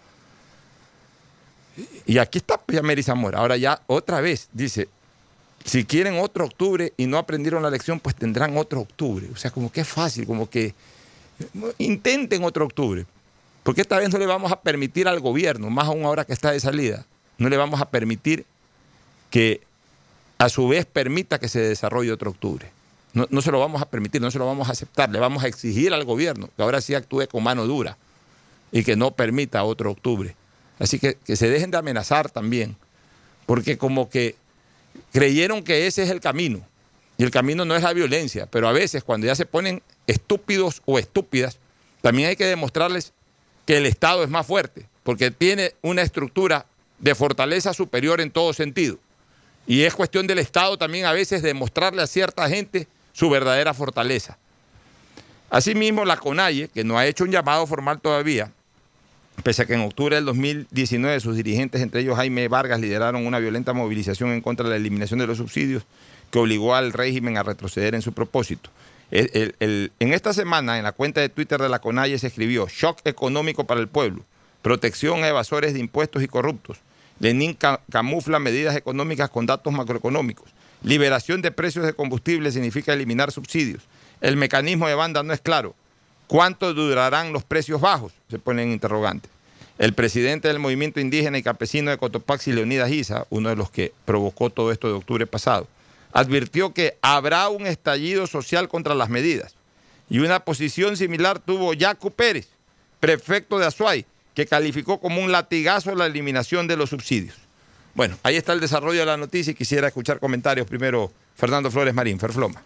Y aquí está ya Mary Zamora. Ahora ya otra vez dice, si quieren otro octubre y no aprendieron la lección, pues tendrán otro octubre. O sea, como que es fácil, como que intenten otro octubre. Porque esta vez no le vamos a permitir al gobierno, más aún ahora que está de salida, no le vamos a permitir que a su vez permita que se desarrolle otro octubre. No se lo vamos a permitir, no se lo vamos a aceptar. Le vamos a exigir al gobierno que ahora sí actúe con mano dura y que no permita otro octubre. Así que se dejen de amenazar también, porque como que creyeron que ese es el camino, y el camino no es la violencia, pero a veces cuando ya se ponen estúpidos o estúpidas, también hay que demostrarles que el Estado es más fuerte, porque tiene una estructura de fortaleza superior en todo sentido. Y es cuestión del Estado también a veces demostrarle a cierta gente su verdadera fortaleza. Asimismo, la CONAIE, que no ha hecho un llamado formal todavía, pese a que en octubre del 2019 sus dirigentes, entre ellos Jaime Vargas, lideraron una violenta movilización en contra de la eliminación de los subsidios que obligó al régimen a retroceder en su propósito. En esta semana, en la cuenta de Twitter de la CONAIE se escribió: shock económico para el pueblo, protección a evasores de impuestos y corruptos. Lenin camufla medidas económicas con datos macroeconómicos. Liberación de precios de combustible significa eliminar subsidios. El mecanismo de banda no es claro. ¿Cuánto durarán los precios bajos? Se pone en interrogante. El presidente del movimiento indígena y campesino de Cotopaxi, Leonidas Issa, uno de los que provocó todo esto de octubre pasado, advirtió que habrá un estallido social contra las medidas. Y una posición similar tuvo Yacu Pérez, prefecto de Azuay, que calificó como un latigazo la eliminación de los subsidios. Bueno, ahí está el desarrollo de la noticia y quisiera escuchar comentarios. Primero, Fernando Flores Marín, Ferfloma.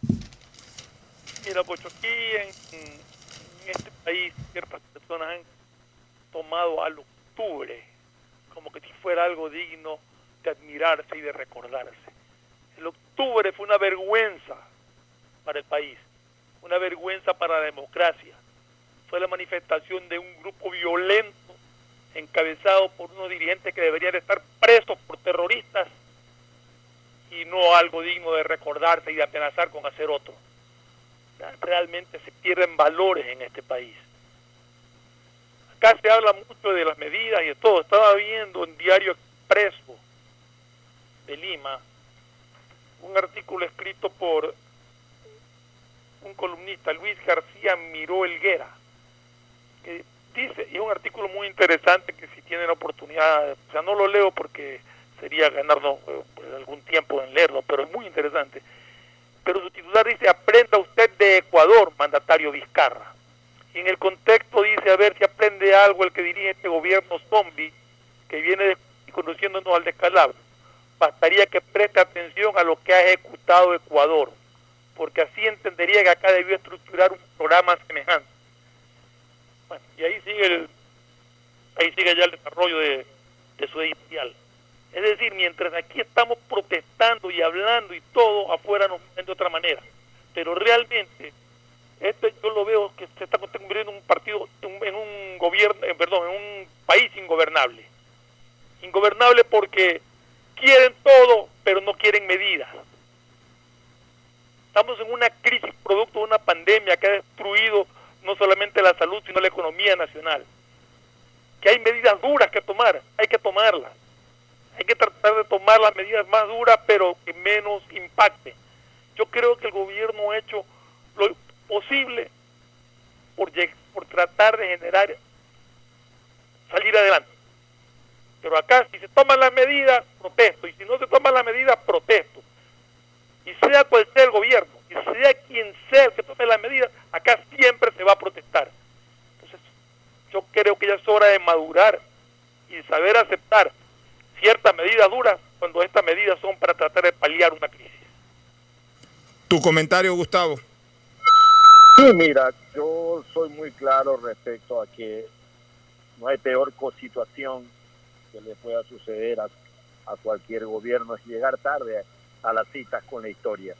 Mira, pues aquí en este país ciertas personas han tomado al octubre como que si fuera algo digno de admirarse y de recordarse. El octubre fue una vergüenza para el país, una vergüenza para la democracia. Fue la manifestación de un grupo violento encabezado por unos dirigentes que deberían estar presos por terroristas y no algo digno de recordarse y de amenazar con hacer otro. Realmente se pierden valores en este país. Acá se habla mucho de las medidas y de todo. Estaba viendo en Diario Expreso de Lima un artículo escrito por un columnista, Luis García Miró Helguera, que dice, y es un artículo muy interesante que si tienen oportunidad, o sea, no lo leo porque sería ganarnos algún tiempo en leerlo, pero es muy interesante. Pero su titular dice: aprenda usted de Ecuador, mandatario Vizcarra. Y en el contexto dice: a ver si aprende algo el que dirige este gobierno zombie que viene conduciéndonos al descalabro. Bastaría que preste atención a lo que ha ejecutado Ecuador, porque así entendería que acá debió estructurar un programa semejante. Bueno, y ahí sigue ya el desarrollo de su editorial. Es decir, mientras aquí estamos protestando y hablando y todo, afuera nos ven de otra manera. Pero realmente, esto yo lo veo que se está convirtiendo en un partido, en un gobierno, en un país ingobernable. Ingobernable porque quieren todo, pero no quieren medidas. Estamos en una crisis producto de una pandemia que ha destruido no solamente la salud, sino la economía nacional. Que hay medidas duras que tomar, hay que tomarlas. Hay que tratar de tomar las medidas más duras, pero que menos impacten. Yo creo que el gobierno ha hecho lo posible por tratar de salir adelante. Pero acá, si se toman las medidas, protesto. Y si no se toman las medidas, protesto. Y sea cual sea el gobierno, y sea quien sea el que tome las medidas, acá siempre se va a protestar. Entonces, yo creo que ya es hora de madurar y de saber aceptar ciertas medidas duras cuando estas medidas son para tratar de paliar una crisis. ¿Tu comentario, Gustavo? Sí, mira, yo soy muy claro respecto a que no hay peor situación que le pueda suceder a cualquier gobierno es llegar tarde a las citas con la historia.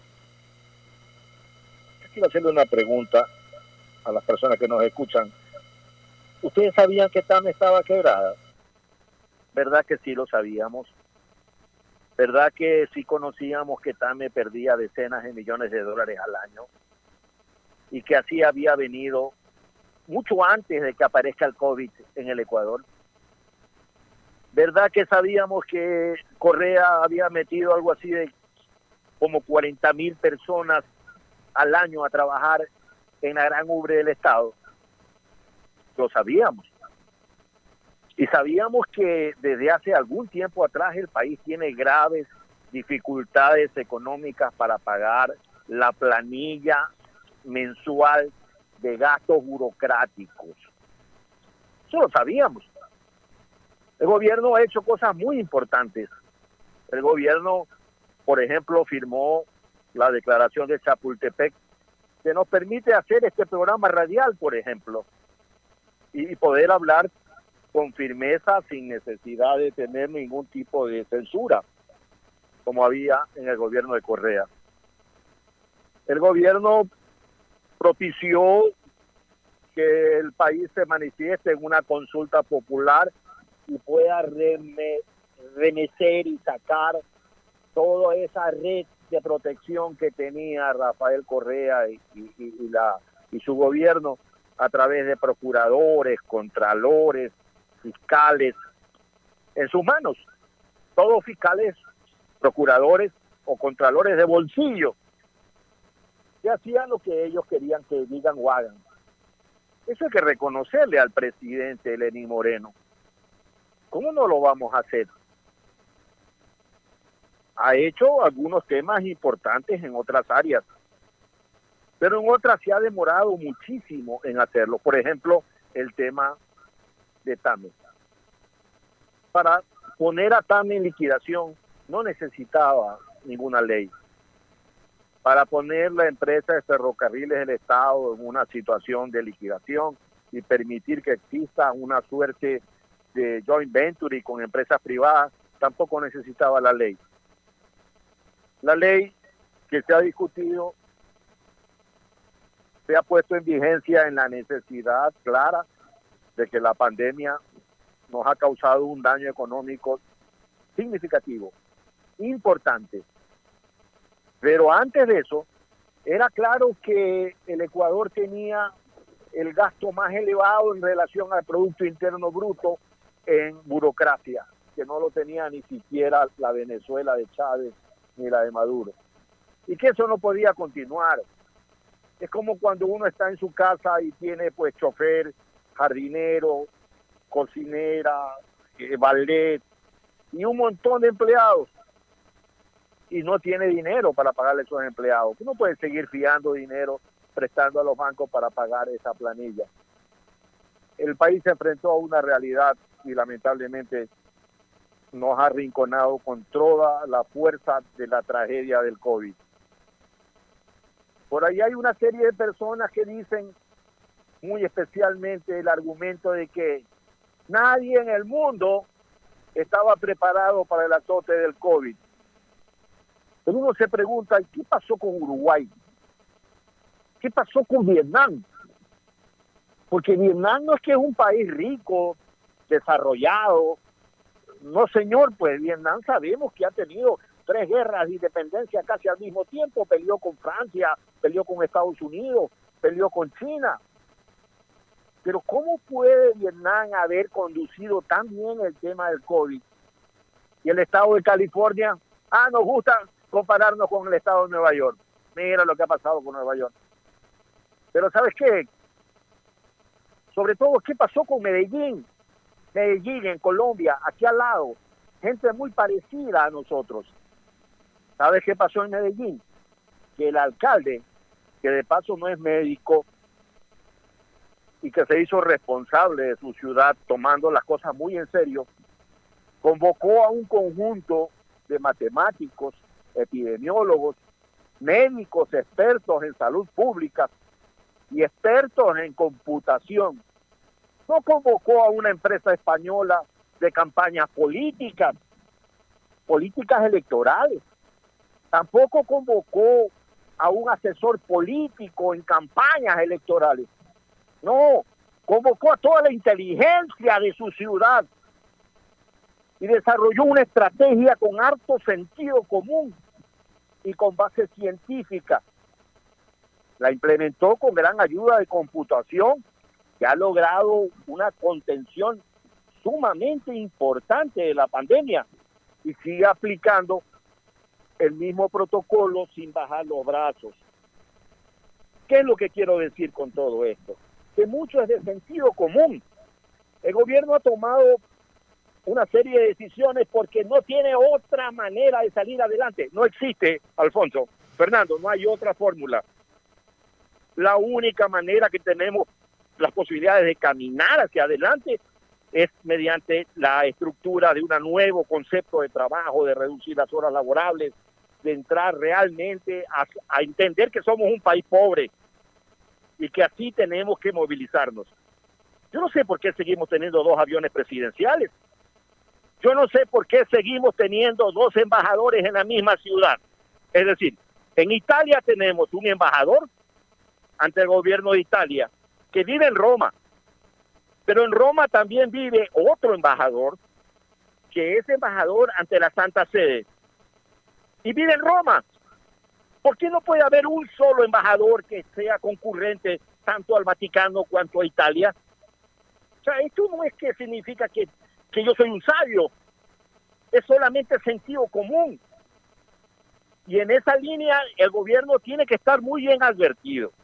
Yo quiero hacerle una pregunta a las personas que nos escuchan. ¿Ustedes sabían que TAM estaba quebrada? ¿Verdad que sí lo sabíamos? ¿Verdad que sí conocíamos que TAME perdía decenas de millones de dólares al año? Y que así había venido mucho antes de que aparezca el COVID en el Ecuador. ¿Verdad que sabíamos que Correa había metido algo así de como 40,000 personas al año a trabajar en la gran ubre del Estado? Lo sabíamos. Y sabíamos que desde hace algún tiempo atrás el país tiene graves dificultades económicas para pagar la planilla mensual de gastos burocráticos. Eso lo sabíamos. El gobierno ha hecho cosas muy importantes. El gobierno, por ejemplo, firmó la declaración de Chapultepec, que nos permite hacer este programa radial, por ejemplo, y poder hablar con firmeza sin necesidad de tener ningún tipo de censura, como había en el gobierno de Correa. El gobierno propició que el país se manifieste en una consulta popular y pueda remecer y sacar toda esa red de protección que tenía Rafael Correa y su gobierno a través de procuradores, contralores, fiscales en sus manos, todos fiscales, procuradores o contralores de bolsillo, que hacían lo que ellos querían que digan o hagan. Eso hay que reconocerle al presidente Lenín Moreno. ¿Cómo no lo vamos a hacer? Ha hecho algunos temas importantes en otras áreas, pero en otras se ha demorado muchísimo en hacerlo. Por ejemplo, el tema de TAME. Para poner a TAME en liquidación no necesitaba ninguna ley. Para poner la empresa de ferrocarriles del Estado en una situación de liquidación y permitir que exista una suerte de joint venture y con empresas privadas, tampoco necesitaba la ley. La ley que se ha discutido se ha puesto en vigencia en la necesidad clara de que la pandemia nos ha causado un daño económico significativo, importante. Pero antes de eso, era claro que el Ecuador tenía el gasto más elevado en relación al Producto Interno Bruto en burocracia, que no lo tenía ni siquiera la Venezuela de Chávez ni la de Maduro. Y que eso no podía continuar. Es como cuando uno está en su casa y tiene pues chofer, jardinero, cocinera, ballet y un montón de empleados y no tiene dinero para pagarle a esos empleados. Uno puede seguir fiando dinero, prestando a los bancos para pagar esa planilla. El país se enfrentó a una realidad y lamentablemente nos ha arrinconado con toda la fuerza de la tragedia del COVID. Por ahí hay una serie de personas que dicen muy especialmente el argumento de que nadie en el mundo estaba preparado para el azote del COVID. Pero uno se pregunta, ¿qué pasó con Uruguay? ¿Qué pasó con Vietnam? Porque Vietnam no es que es un país rico, desarrollado. No, señor, pues Vietnam sabemos que ha tenido 3 guerras de independencia casi al mismo tiempo. Peleó con Francia, peleó con Estados Unidos, peleó con China. Pero ¿cómo puede Vietnam haber conducido tan bien el tema del COVID? Y el estado de California, nos gusta compararnos con el estado de Nueva York. Mira lo que ha pasado con Nueva York. Pero ¿sabes qué? Sobre todo, ¿qué pasó con Medellín? Medellín en Colombia, aquí al lado. Gente muy parecida a nosotros. ¿Sabes qué pasó en Medellín? Que el alcalde, que de paso no es médico, y que se hizo responsable de su ciudad tomando las cosas muy en serio, convocó a un conjunto de matemáticos, epidemiólogos, médicos expertos en salud pública y expertos en computación. No convocó a una empresa española de campañas políticas electorales. Tampoco convocó a un asesor político en campañas electorales. No, convocó a toda la inteligencia de su ciudad y desarrolló una estrategia con harto sentido común y con base científica. La implementó con gran ayuda de computación, que ha logrado una contención sumamente importante de la pandemia y sigue aplicando el mismo protocolo sin bajar los brazos. ¿Qué es lo que quiero decir con todo esto? Que mucho es de sentido común. El gobierno ha tomado una serie de decisiones porque no tiene otra manera de salir adelante. No existe, Alfonso, Fernando, no hay otra fórmula. La única manera que tenemos las posibilidades de caminar hacia adelante es mediante la estructura de un nuevo concepto de trabajo, de reducir las horas laborables, de entrar realmente a entender que somos un país pobre y que así tenemos que movilizarnos. Yo no sé por qué seguimos teniendo 2 aviones presidenciales. Yo no sé por qué seguimos teniendo 2 embajadores en la misma ciudad. Es decir, en Italia tenemos un embajador ante el gobierno de Italia que vive en Roma, pero en Roma también vive otro embajador que es embajador ante la Santa Sede y vive en Roma. ¿Por qué no puede haber un solo embajador que sea concurrente tanto al Vaticano cuanto a Italia? O sea, esto no es que significa que yo soy un sabio, es solamente sentido común. Y en esa línea el gobierno tiene que estar muy bien advertido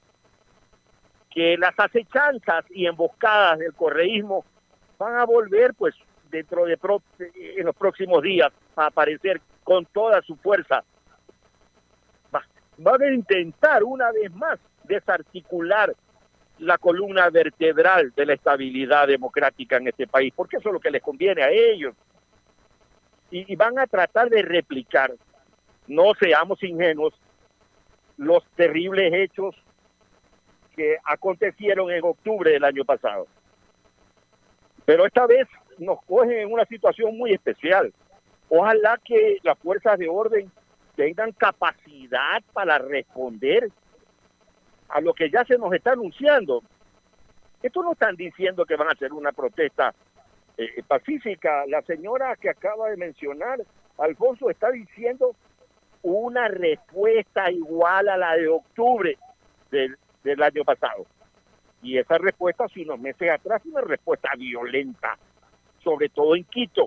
que las acechanzas y emboscadas del correísmo van a volver pues en los próximos días a aparecer con toda su fuerza. Van a intentar una vez más desarticular la columna vertebral de la estabilidad democrática en este país, porque eso es lo que les conviene a ellos. Y van a tratar de replicar, no seamos ingenuos, los terribles hechos que acontecieron en octubre del año pasado. Pero esta vez nos cogen en una situación muy especial. Ojalá que las fuerzas de orden tengan capacidad para responder a lo que ya se nos está anunciando. Esto no están diciendo que van a hacer una protesta pacífica. La señora que acaba de mencionar, Alfonso, está diciendo una respuesta igual a la de octubre del año pasado. Y esa respuesta, hace unos meses atrás, una respuesta violenta, sobre todo en Quito.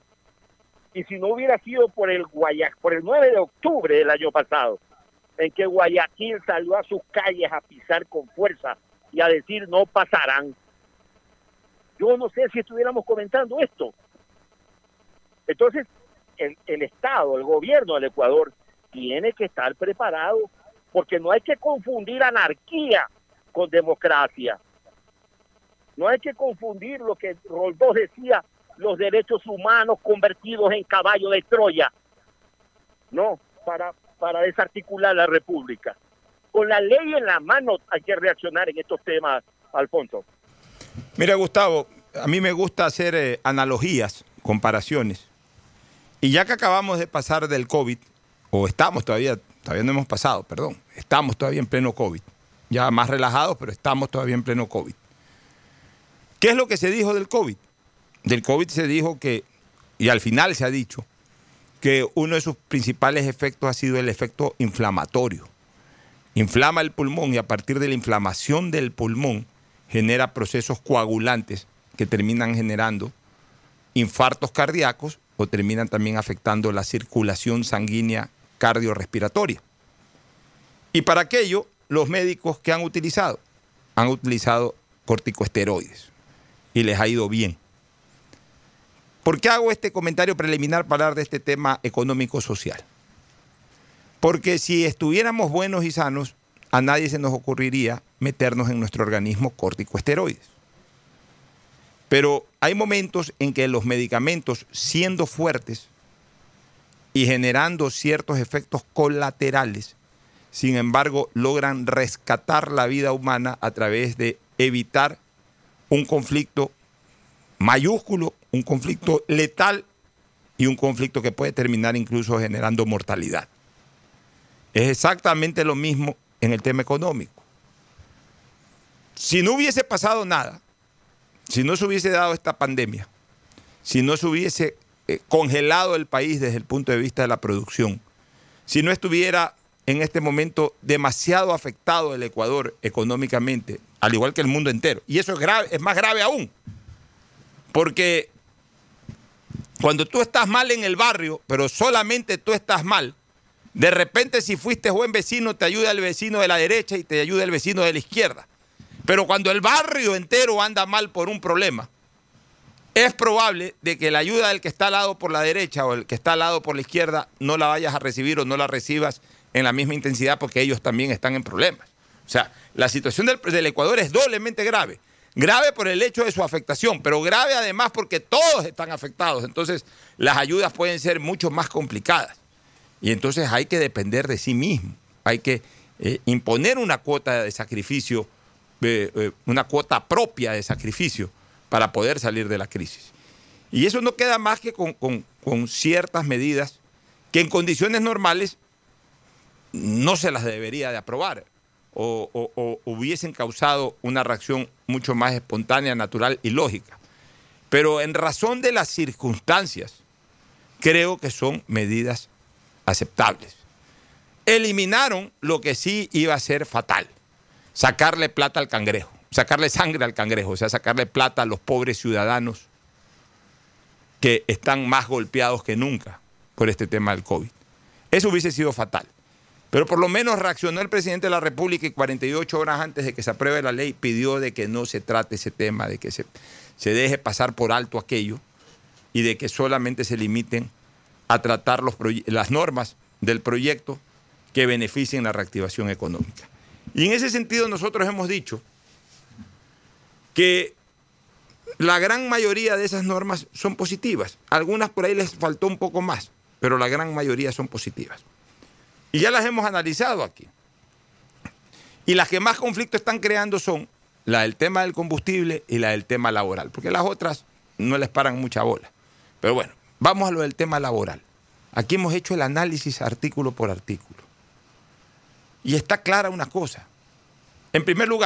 Y si no hubiera sido por el 9 de octubre del año pasado, en que Guayaquil salió a sus calles a pisar con fuerza y a decir no pasarán, yo no sé si estuviéramos comentando esto. Entonces, el Estado, el gobierno del Ecuador, tiene que estar preparado, porque no hay que confundir anarquía con democracia. No hay que confundir lo que Roldós decía, los derechos humanos convertidos en caballo de Troya. No, para desarticular la República. Con la ley en la mano hay que reaccionar en estos temas, Alfonso. Mira, Gustavo, a mí me gusta hacer analogías, comparaciones. Y ya que acabamos de pasar del COVID, o estamos todavía no hemos pasado, perdón, estamos todavía en pleno COVID. Ya más relajados, pero estamos todavía en pleno COVID. ¿Qué es lo que se dijo del COVID? Del COVID se dijo que, y al final se ha dicho, que uno de sus principales efectos ha sido el efecto inflamatorio. Inflama el pulmón y a partir de la inflamación del pulmón genera procesos coagulantes que terminan generando infartos cardíacos o terminan también afectando la circulación sanguínea cardiorrespiratoria. Y para aquello, los médicos que han utilizado corticosteroides y les ha ido bien. ¿Por qué hago este comentario preliminar para hablar de este tema económico-social? Porque si estuviéramos buenos y sanos, a nadie se nos ocurriría meternos en nuestro organismo corticosteroides. Pero hay momentos en que los medicamentos, siendo fuertes y generando ciertos efectos colaterales, sin embargo, logran rescatar la vida humana a través de evitar un conflicto mayúsculo, un conflicto letal y un conflicto que puede terminar incluso generando mortalidad. Es exactamente lo mismo en el tema económico. Si no hubiese pasado nada, si no se hubiese dado esta pandemia, si no se hubiese congelado el país desde el punto de vista de la producción, si no estuviera en este momento demasiado afectado el Ecuador económicamente, al igual que el mundo entero, y eso es grave, es más grave aún, porque cuando tú estás mal en el barrio, pero solamente tú estás mal, de repente si fuiste buen vecino te ayuda el vecino de la derecha y te ayuda el vecino de la izquierda. Pero cuando el barrio entero anda mal por un problema, es probable de que la ayuda del que está al lado por la derecha o el que está al lado por la izquierda no la vayas a recibir o no la recibas en la misma intensidad porque ellos también están en problemas. O sea, la situación del Ecuador es doblemente grave. Grave por el hecho de su afectación, pero grave además porque todos están afectados. Entonces, las ayudas pueden ser mucho más complicadas. Y entonces hay que depender de sí mismo. Hay que imponer una cuota de sacrificio, una cuota propia de sacrificio para poder salir de la crisis. Y eso no queda más que con ciertas medidas que en condiciones normales no se las debería de aprobar o hubiesen causado una reacción mucho más espontánea, natural y lógica. Pero en razón de las circunstancias, creo que son medidas aceptables. Eliminaron lo que sí iba a ser fatal, sacarle plata al cangrejo, sacarle sangre al cangrejo, o sea, sacarle plata a los pobres ciudadanos que están más golpeados que nunca por este tema del COVID. Eso hubiese sido fatal. Pero por lo menos reaccionó el presidente de la República y 48 horas antes de que se apruebe la ley pidió de que no se trate ese tema, de que se deje pasar por alto aquello y de que solamente se limiten a tratar las normas del proyecto que beneficien la reactivación económica. Y en ese sentido nosotros hemos dicho que la gran mayoría de esas normas son positivas. Algunas por ahí les faltó un poco más, pero la gran mayoría son positivas. Y ya las hemos analizado aquí. Y las que más conflicto están creando son la del tema del combustible y la del tema laboral, porque las otras no les paran mucha bola. Pero bueno, vamos a lo del tema laboral. Aquí hemos hecho el análisis artículo por artículo. Y está clara una cosa. En primer lugar,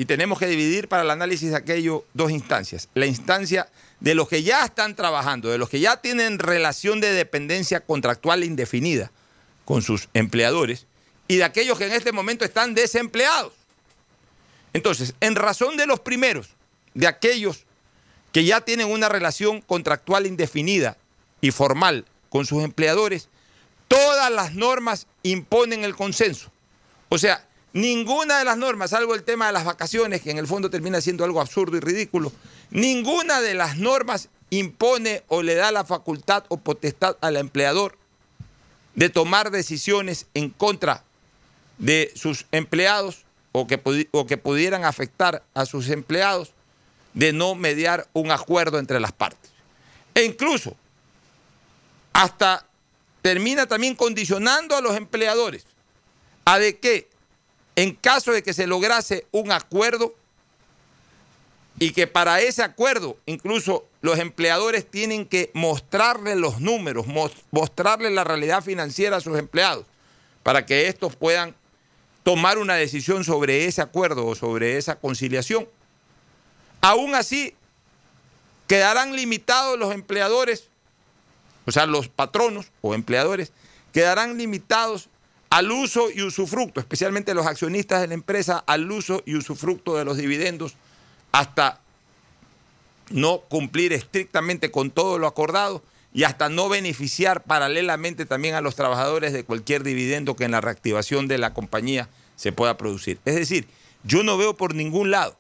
y tenemos que dividir para el análisis de aquello dos instancias. La instancia de los que ya están trabajando, de los que ya tienen relación de dependencia contractual indefinida con sus empleadores, y de aquellos que en este momento están desempleados. Entonces, en razón de los primeros, de aquellos que ya tienen una relación contractual indefinida y formal con sus empleadores, todas las normas imponen el consenso. O sea, ninguna de las normas, salvo el tema de las vacaciones, que en el fondo termina siendo algo absurdo y ridículo, ninguna de las normas impone o le da la facultad o potestad al empleador de tomar decisiones en contra de sus empleados o que pudieran afectar a sus empleados, de no mediar un acuerdo entre las partes. E incluso hasta termina también condicionando a los empleadores a de que en caso de que se lograse un acuerdo y que para ese acuerdo incluso los empleadores tienen que mostrarle los números, mostrarle la realidad financiera a sus empleados para que estos puedan tomar una decisión sobre ese acuerdo o sobre esa conciliación. Aún así, quedarán limitados los empleadores, o sea, los patronos o empleadores, quedarán limitados al uso y usufructo, especialmente los accionistas de la empresa, al uso y usufructo de los dividendos, hasta no cumplir estrictamente con todo lo acordado y hasta no beneficiar paralelamente también a los trabajadores de cualquier dividendo que en la reactivación de la compañía se pueda producir. Es decir, yo no veo por ningún lado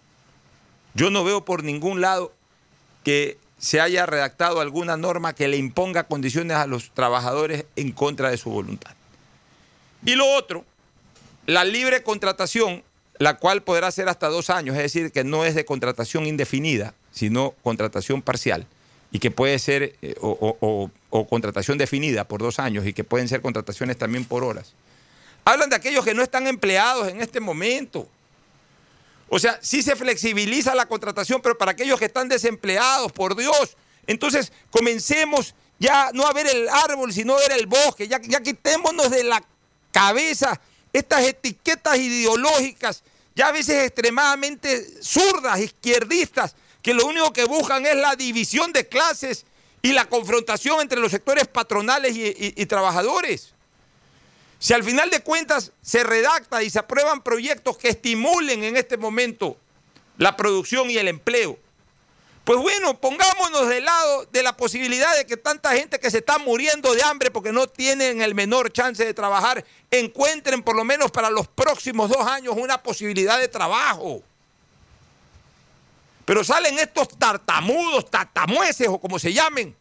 que se haya redactado alguna norma que le imponga condiciones a los trabajadores en contra de su voluntad. Y lo otro, la libre contratación, la cual podrá ser hasta 2 años, es decir, que no es de contratación indefinida, sino contratación parcial, y que puede ser, o contratación definida por 2 años, y que pueden ser contrataciones también por horas. Hablan de aquellos que no están empleados en este momento. O sea, sí se flexibiliza la contratación, pero para aquellos que están desempleados, por Dios. Entonces, comencemos ya no a ver el árbol, sino a ver el bosque. Ya quitémonos de la cabeza estas etiquetas ideológicas, ya a veces extremadamente zurdas, izquierdistas, que lo único que buscan es la división de clases y la confrontación entre los sectores patronales y trabajadores. Si al final de cuentas se redacta y se aprueban proyectos que estimulen en este momento la producción y el empleo, pues bueno, pongámonos del lado de la posibilidad de que tanta gente que se está muriendo de hambre porque no tienen el menor chance de trabajar, encuentren por lo menos para los próximos 2 años una posibilidad de trabajo. Pero salen estos tartamudos, tatamueces o como se llamen,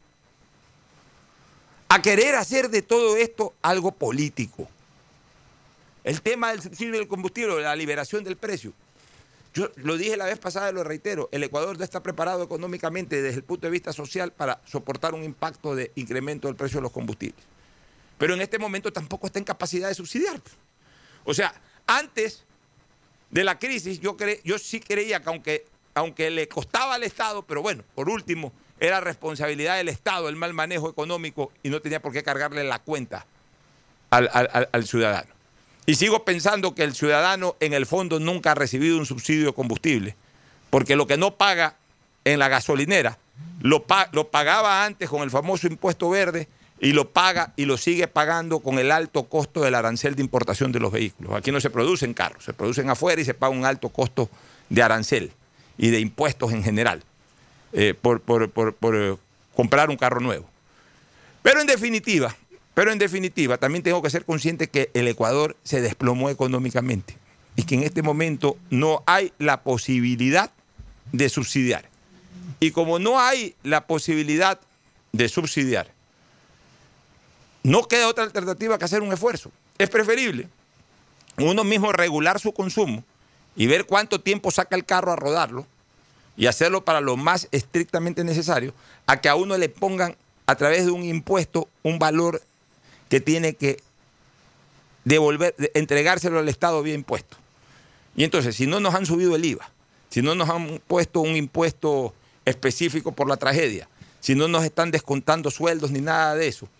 a querer hacer de todo esto algo político. El tema del subsidio del combustible, de la liberación del precio. Yo lo dije la vez pasada y lo reitero, el Ecuador no está preparado económicamente desde el punto de vista social para soportar un impacto de incremento del precio de los combustibles. Pero en este momento tampoco está en capacidad de subsidiar. O sea, antes de la crisis yo sí creía que aunque le costaba al Estado, pero bueno, por último, era responsabilidad del Estado el mal manejo económico y no tenía por qué cargarle la cuenta al ciudadano. Y sigo pensando que el ciudadano en el fondo nunca ha recibido un subsidio de combustible, porque lo que no paga en la gasolinera lo pagaba antes con el famoso impuesto verde y lo paga y lo sigue pagando con el alto costo del arancel de importación de los vehículos. Aquí no se producen carros, se producen afuera y se paga un alto costo de arancel y de impuestos en general por comprar un carro nuevo. Pero en definitiva, también tengo que ser consciente que el Ecuador se desplomó económicamente y que en este momento no hay la posibilidad de subsidiar. Y como no hay la posibilidad de subsidiar, no queda otra alternativa que hacer un esfuerzo. Es preferible uno mismo regular su consumo y ver cuánto tiempo saca el carro a rodarlo y hacerlo para lo más estrictamente necesario, a que a uno le pongan a través de un impuesto un valor que tiene que entregárselo al Estado vía impuesto. Y entonces, si no nos han subido el IVA, si no nos han puesto un impuesto específico por la tragedia, si no nos están descontando sueldos ni nada de eso,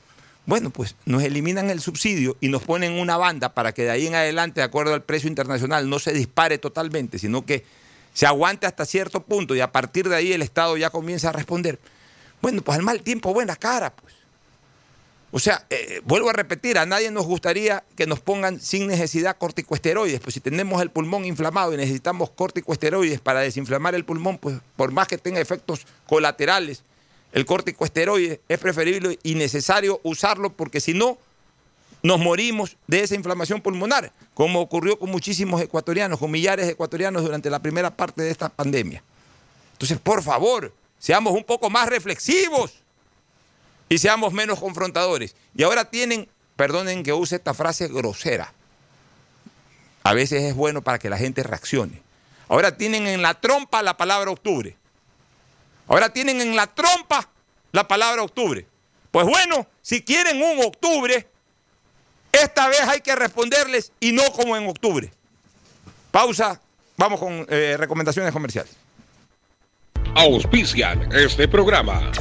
Bueno, pues nos eliminan el subsidio y nos ponen una banda para que de ahí en adelante, de acuerdo al precio internacional, no se dispare totalmente, sino que se aguante hasta cierto punto y a partir de ahí el Estado ya comienza a responder. Bueno, pues al mal tiempo, buena cara, pues. O sea, vuelvo a repetir, a nadie nos gustaría que nos pongan sin necesidad corticosteroides. Pues si tenemos el pulmón inflamado y necesitamos corticosteroides para desinflamar el pulmón, pues por más que tenga efectos colaterales, el corticosteroide es preferible y necesario usarlo porque si no, nos morimos de esa inflamación pulmonar, como ocurrió con muchísimos ecuatorianos, con millares de ecuatorianos durante la primera parte de esta pandemia. Entonces, por favor, seamos un poco más reflexivos y seamos menos confrontadores. Y ahora tienen, perdonen que use esta frase grosera, a veces es bueno para que la gente reaccione. Ahora tienen en la trompa la palabra octubre. Ahora tienen en la trompa la palabra octubre. Pues bueno, si quieren un octubre, esta vez hay que responderles y no como en octubre. Pausa, vamos con recomendaciones comerciales. Auspician este programa.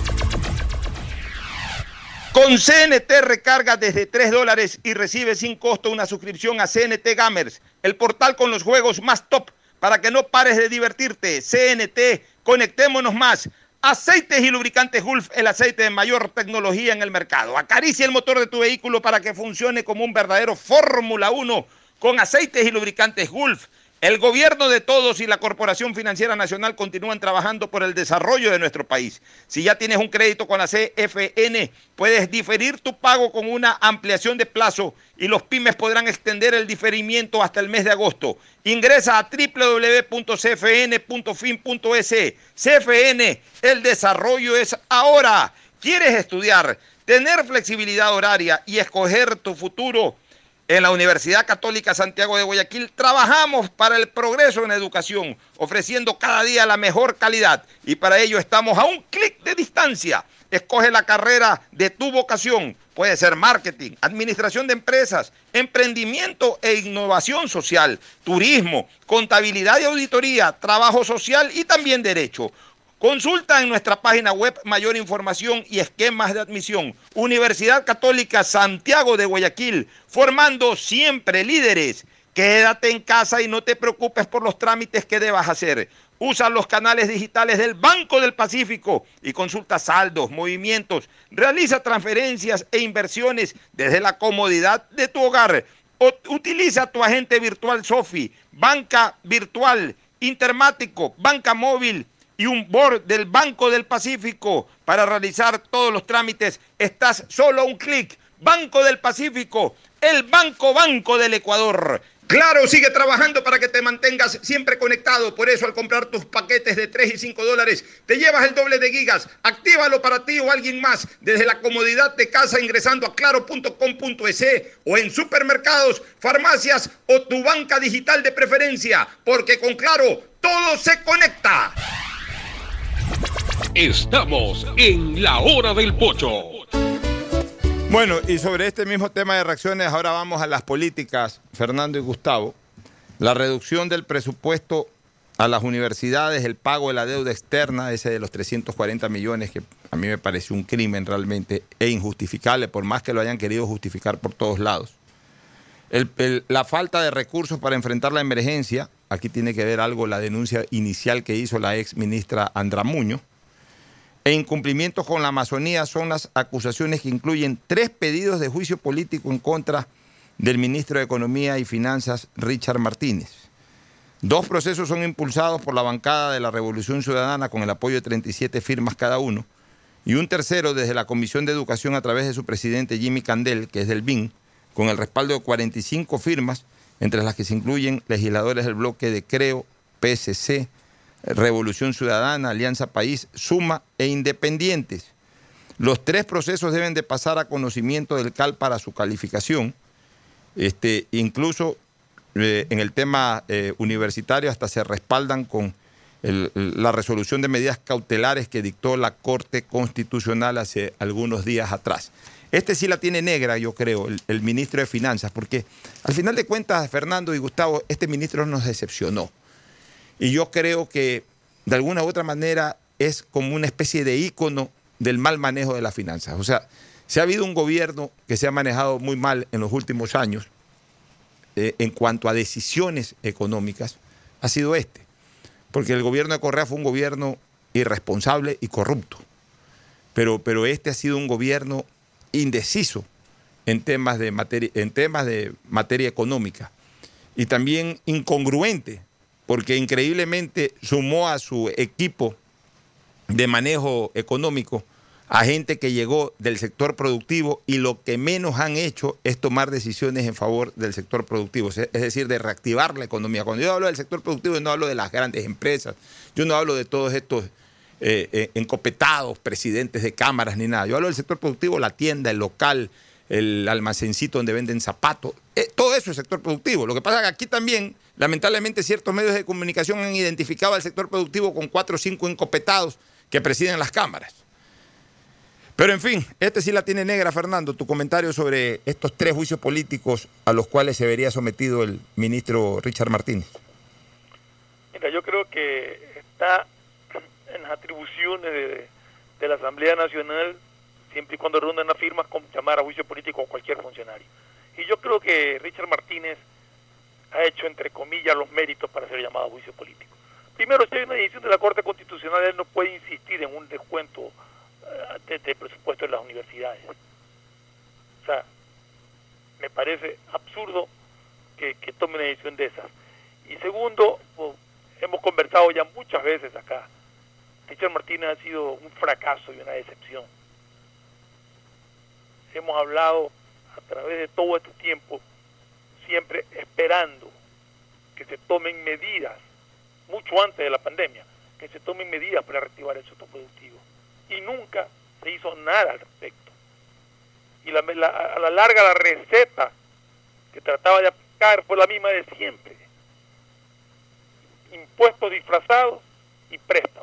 Con CNT recarga desde $3 y recibe sin costo una suscripción a CNT Gamers, el portal con los juegos más top para que no pares de divertirte. CNT, conectémonos más. Aceites y lubricantes Gulf, el aceite de mayor tecnología en el mercado. Acaricia el motor de tu vehículo para que funcione como un verdadero Fórmula 1 con aceites y lubricantes Gulf. El gobierno de todos y la Corporación Financiera Nacional continúan trabajando por el desarrollo de nuestro país. Si ya tienes un crédito con la CFN, puedes diferir tu pago con una ampliación de plazo y los pymes podrán extender el diferimiento hasta el mes de agosto. Ingresa a www.cfn.fin.es. CFN, el desarrollo es ahora. ¿Quieres estudiar, tener flexibilidad horaria y escoger tu futuro? En la Universidad Católica Santiago de Guayaquil trabajamos para el progreso en educación, ofreciendo cada día la mejor calidad y para ello estamos a un clic de distancia. Escoge la carrera de tu vocación. Puede ser marketing, administración de empresas, emprendimiento e innovación social, turismo, contabilidad y auditoría, trabajo social y también derecho. Consulta en nuestra página web mayor información y esquemas de admisión. Universidad Católica Santiago de Guayaquil, formando siempre líderes. Quédate en casa y no te preocupes por los trámites que debas hacer. Usa los canales digitales del Banco del Pacífico y consulta saldos, movimientos, realiza transferencias e inversiones desde la comodidad de tu hogar. Utiliza tu agente virtual Sofi, banca virtual, Intermático, banca móvil y un board del Banco del Pacífico para realizar todos los trámites. Estás solo a un clic. Banco del Pacífico, el banco del Ecuador. Claro, sigue trabajando para que te mantengas siempre conectado. Por eso, al comprar tus paquetes de $3 y $5, te llevas el doble de gigas. Actívalo para ti o alguien más desde la comodidad de casa ingresando a claro.com.es o en supermercados, farmacias o tu banca digital de preferencia. Porque con Claro, todo se conecta. Estamos en la hora del pocho. Bueno, y sobre este mismo tema de reacciones, ahora vamos a las políticas, Fernando y Gustavo. La reducción del presupuesto a las universidades, el pago de la deuda externa, ese de los 340 millones, que a mí me pareció un crimen realmente e injustificable, por más que lo hayan querido justificar por todos lados. La falta de recursos para enfrentar la emergencia, aquí tiene que ver algo la denuncia inicial que hizo la ex ministra Andramuño, e incumplimientos con la Amazonía son las acusaciones que incluyen 3 pedidos de juicio político en contra del ministro de Economía y Finanzas, Richard Martínez. 2 procesos son impulsados por la bancada de la Revolución Ciudadana con el apoyo de 37 firmas cada uno, y un tercero desde la Comisión de Educación a través de su presidente Jimmy Candel, que es del BIN, con el respaldo de 45 firmas, entre las que se incluyen legisladores del bloque de Creo, PSC, Revolución Ciudadana, Alianza País, Suma e Independientes. Los 3 procesos deben de pasar a conocimiento del CAL para su calificación. Incluso en el tema universitario hasta se respaldan con la resolución de medidas cautelares que dictó la Corte Constitucional hace algunos días atrás. Sí la tiene negra, yo creo, el ministro de Finanzas, porque al final de cuentas, Fernando y Gustavo, este ministro nos decepcionó. Y yo creo que de alguna u otra manera es como una especie de ícono del mal manejo de las finanzas. O sea, Si ha habido un gobierno que se ha manejado muy mal en los últimos años en cuanto a decisiones económicas, ha sido este. Porque el gobierno de Correa fue un gobierno irresponsable y corrupto. Pero este ha sido un gobierno indeciso en temas de materia económica. Y también incongruente, porque increíblemente sumó a su equipo de manejo económico a gente que llegó del sector productivo y lo que menos han hecho es tomar decisiones en favor del sector productivo, es decir, de reactivar la economía. Cuando yo hablo del sector productivo, yo no hablo de las grandes empresas, yo no hablo de todos estos encopetados presidentes de cámaras ni nada. Yo hablo del sector productivo, la tienda, el local, el almacencito donde venden zapatos, todo eso es sector productivo. Lo que pasa es que aquí también, lamentablemente, ciertos medios de comunicación han identificado al sector productivo con 4 o 5 encopetados que presiden las cámaras. Pero en fin, sí la tiene negra, Fernando, tu comentario sobre estos 3 juicios políticos a los cuales se vería sometido el ministro Richard Martínez. Mira, yo creo que está en las atribuciones de la Asamblea Nacional, siempre y cuando reúnan las firmas, con llamar a juicio político a cualquier funcionario. Y yo creo que Richard Martínez ha hecho, entre comillas, los méritos para ser llamado a juicio político. Primero, si hay una decisión de la Corte Constitucional, él no puede insistir en un descuento de presupuesto de las universidades. O sea, me parece absurdo que tome una decisión de esas. Y segundo, pues, hemos conversado ya muchas veces acá, Richard Martínez ha sido un fracaso y una decepción. Hemos hablado a través de todo este tiempo, siempre esperando que se tomen medidas, mucho antes de la pandemia, que se tomen medidas para reactivar el sector productivo. Y nunca se hizo nada al respecto. Y a la larga la receta que trataba de aplicar fue la misma de siempre. Impuestos disfrazados y préstamos.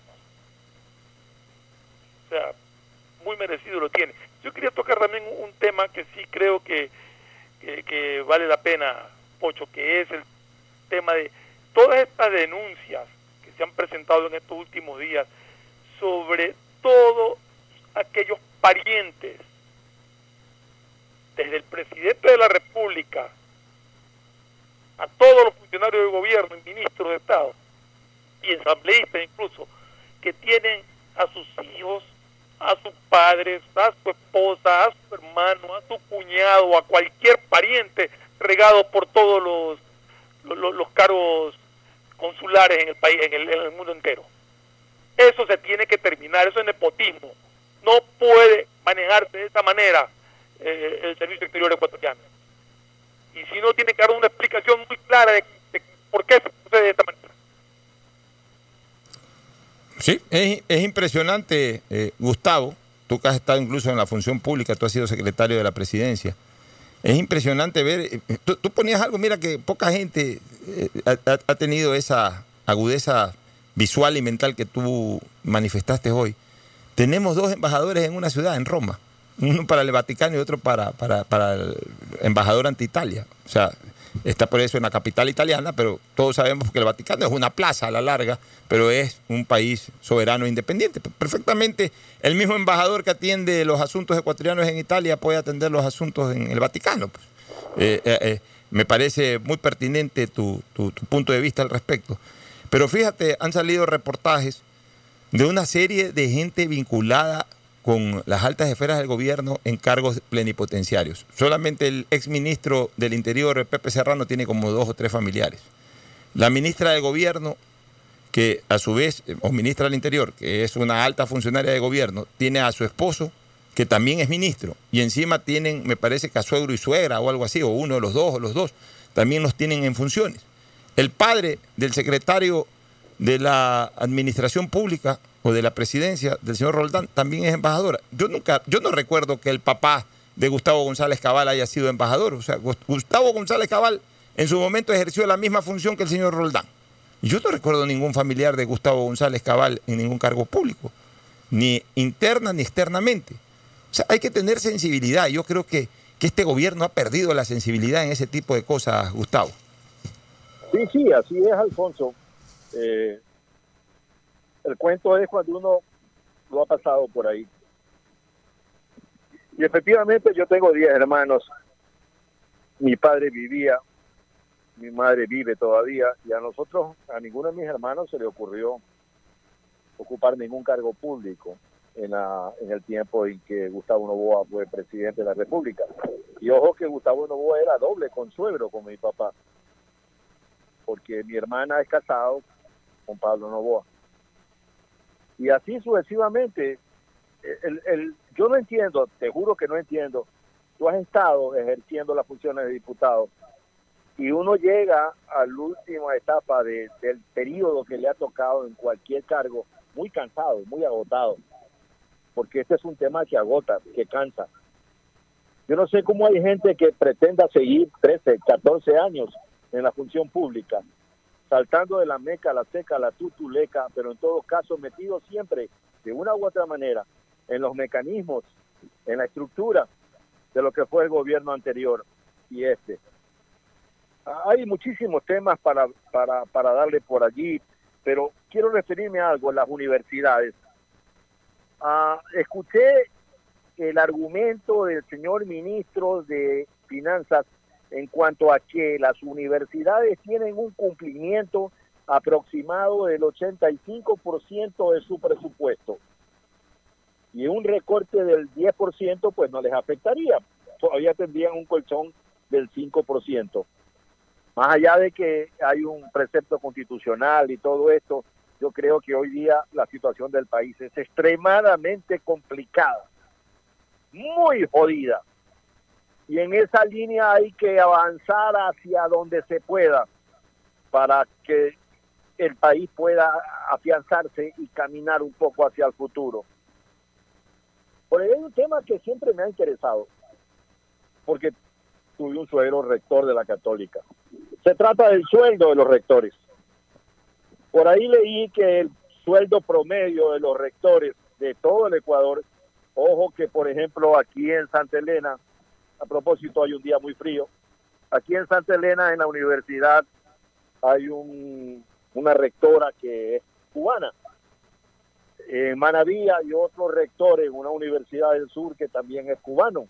O sea, muy merecido lo tiene. Yo quería tocar también un tema que sí creo que vale la pena, Pocho, que es el tema de todas estas denuncias que se han presentado en estos últimos días sobre todos aquellos parientes, desde el presidente de la República a todos los funcionarios del gobierno, ministros de Estado y asambleístas incluso, que tienen a sus hijos, a sus padres, a su esposa, a su hermano, a su cuñado, a cualquier pariente regado por todos los cargos consulares en el país, en el mundo entero. Eso se tiene que terminar, eso es nepotismo. No puede manejarse de esa manera el Servicio Exterior ecuatoriano. Y si no, tiene que dar una explicación muy clara de por qué se sucede de esta manera. Sí, es impresionante, Gustavo, tú que has estado incluso en la función pública, tú has sido secretario de la presidencia. Es impresionante ver, tú ponías algo, mira que poca gente ha tenido esa agudeza visual y mental que tú manifestaste hoy. Tenemos 2 embajadores en una ciudad, en Roma, uno para el Vaticano y otro para el embajador ante Italia. O sea, está por eso en la capital italiana, pero todos sabemos que el Vaticano es una plaza a la larga, pero es un país soberano e independiente. Perfectamente, el mismo embajador que atiende los asuntos ecuatorianos en Italia puede atender los asuntos en el Vaticano. Me parece muy pertinente tu punto de vista al respecto. Pero fíjate, han salido reportajes de una serie de gente vinculada con las altas esferas del gobierno en cargos plenipotenciarios. Solamente el exministro del Interior, Pepe Serrano, tiene como 2 o 3 familiares. La ministra de Gobierno, que a su vez, o ministra del Interior, que es una alta funcionaria de gobierno, tiene a su esposo, que también es ministro, y encima tienen, me parece que a suegro y suegra o algo así, o uno de los 2 o los 2, también los tienen en funciones. El padre del secretario de la Administración Pública o de la Presidencia, del señor Roldán, también es embajadora. Yo no recuerdo que el papá de Gustavo González Cabal haya sido embajador. O sea, Gustavo González Cabal en su momento ejerció la misma función que el señor Roldán. Y yo no recuerdo ningún familiar de Gustavo González Cabal en ningún cargo público, ni interna ni externamente. O sea, hay que tener sensibilidad. Yo creo que este gobierno ha perdido la sensibilidad en ese tipo de cosas, Gustavo. Sí, así es, Alfonso. El cuento es cuando uno lo ha pasado por ahí. Y efectivamente yo tengo 10 hermanos. Mi padre vivía, mi madre vive todavía, y a nosotros, a ninguno de mis hermanos se le ocurrió ocupar ningún cargo público en el tiempo en que Gustavo Noboa fue presidente de la República. Y ojo que Gustavo Noboa era doble consuegro con mi papá, porque mi hermana es casado con Pablo Noboa. Y así sucesivamente. Yo no entiendo, te juro que no entiendo. Tú has estado ejerciendo las funciones de diputado y uno llega a la última etapa del periodo que le ha tocado en cualquier cargo muy cansado, muy agotado, porque este es un tema que agota, que cansa. Yo no sé cómo hay gente que pretenda seguir 13, 14 años en la función pública, saltando de la meca a la seca, a la tutuleca, pero en todo caso metido siempre, de una u otra manera, en los mecanismos, en la estructura de lo que fue el gobierno anterior y este. Hay muchísimos temas para darle por allí, pero quiero referirme a algo, las universidades. Escuché el argumento del señor ministro de Finanzas en cuanto a que las universidades tienen un cumplimiento aproximado del 85% de su presupuesto. Y un recorte del 10% pues no les afectaría. Todavía tendrían un colchón del 5%. Más allá de que hay un precepto constitucional y todo esto, yo creo que hoy día la situación del país es extremadamente complicada, muy jodida. Y en esa línea hay que avanzar hacia donde se pueda para que el país pueda afianzarse y caminar un poco hacia el futuro. Por ahí hay un tema que siempre me ha interesado, porque tuve un suegro rector de la Católica. Se trata del sueldo de los rectores. Por ahí leí que el sueldo promedio de los rectores de todo el Ecuador, ojo que por ejemplo aquí en Santa Elena, a propósito hay un día muy frío, aquí en Santa Elena en la universidad hay una rectora que es cubana. En Manaví hay otro rector en una universidad del sur que también es cubano.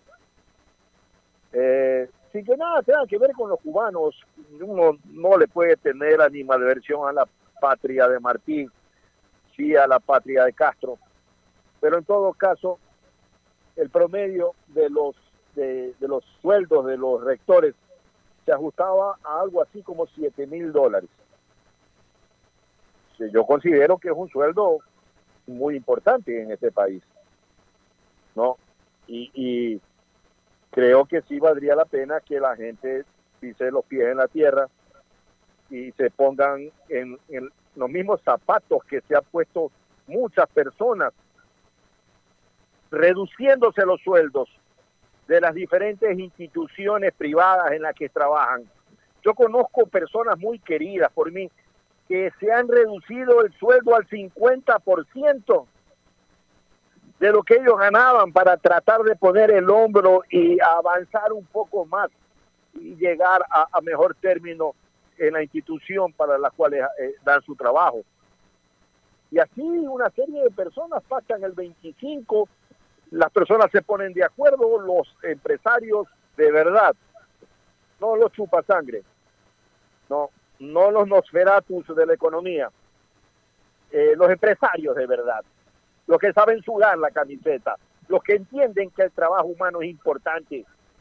Sin que nada tenga que ver con los cubanos, uno no le puede tener animadversión a la patria de Martí, sí a la patria de Castro, pero en todo caso el promedio de los sueldos de los rectores se ajustaba a algo así como $7,000. Yo considero que es un sueldo muy importante en este país, ¿no? Y creo que sí valdría la pena que la gente pise los pies en la tierra y se pongan en los mismos zapatos que se han puesto muchas personas, reduciéndose los sueldos de las diferentes instituciones privadas en las que trabajan. Yo conozco personas muy queridas por mí que se han reducido el sueldo al 50% de lo que ellos ganaban para tratar de poner el hombro y avanzar un poco más y llegar a mejor término en la institución para la cual dan su trabajo. Y así una serie de personas pactan el 25%, las personas se ponen de acuerdo, los empresarios de verdad, no los chupasangre, no los Nosferatus de la economía, los empresarios de verdad, los que saben sudar la camiseta, los que entienden que el trabajo humano es importante.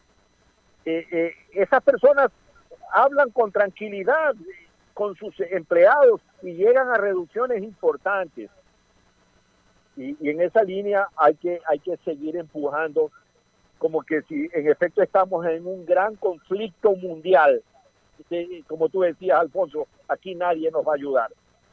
Esas personas hablan con tranquilidad con sus empleados y llegan a reducciones importantes. Y en esa línea hay que seguir empujando, como que si en efecto estamos en un gran conflicto mundial. Como tú decías, Alfonso, aquí nadie nos va a ayudar.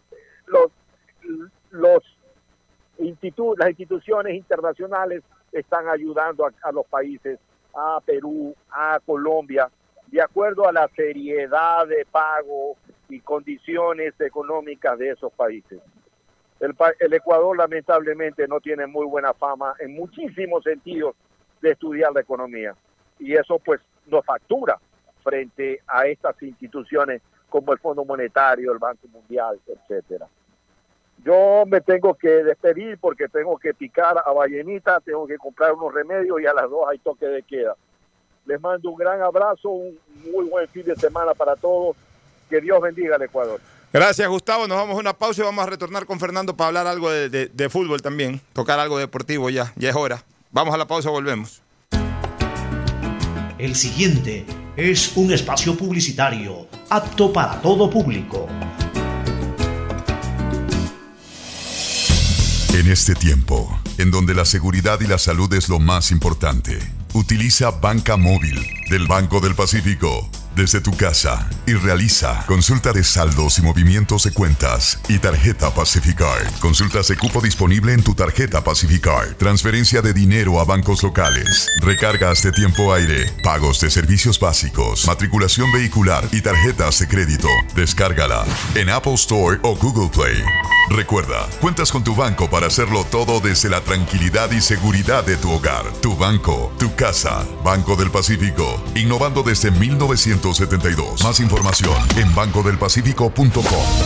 Las instituciones internacionales están ayudando a los países, a Perú, a Colombia, de acuerdo a la seriedad de pago y condiciones económicas de esos países. El Ecuador lamentablemente no tiene muy buena fama en muchísimos sentidos de estudiar la economía, y eso pues nos factura frente a estas instituciones como el Fondo Monetario, el Banco Mundial, etcétera. Yo me tengo que despedir porque tengo que picar a Vallenita, tengo que comprar unos remedios y a las 2 hay toque de queda. Les mando un gran abrazo, un muy buen fin de semana para todos. Que Dios bendiga al Ecuador. Gracias, Gustavo. Nos vamos a una pausa y vamos a retornar con Fernando para hablar algo de fútbol también. Tocar algo deportivo ya es hora. Vamos a la pausa, volvemos. El siguiente es un espacio publicitario apto para todo público. En este tiempo, en donde la seguridad y la salud es lo más importante, utiliza Banca Móvil del Banco del Pacífico desde tu casa y realiza consulta de saldos y movimientos de cuentas y tarjeta Pacificard. Consultas de cupo disponible en tu tarjeta Pacificard. Transferencia de dinero a bancos locales. Recargas de tiempo aire. Pagos de servicios básicos. Matriculación vehicular y tarjetas de crédito. Descárgala en Apple Store o Google Play. Recuerda, cuentas con tu banco para hacerlo todo desde la tranquilidad y seguridad de tu hogar. Tu banco, tu casa. Banco del Pacífico. Innovando desde 1972. Más información en bancodelpacifico.com.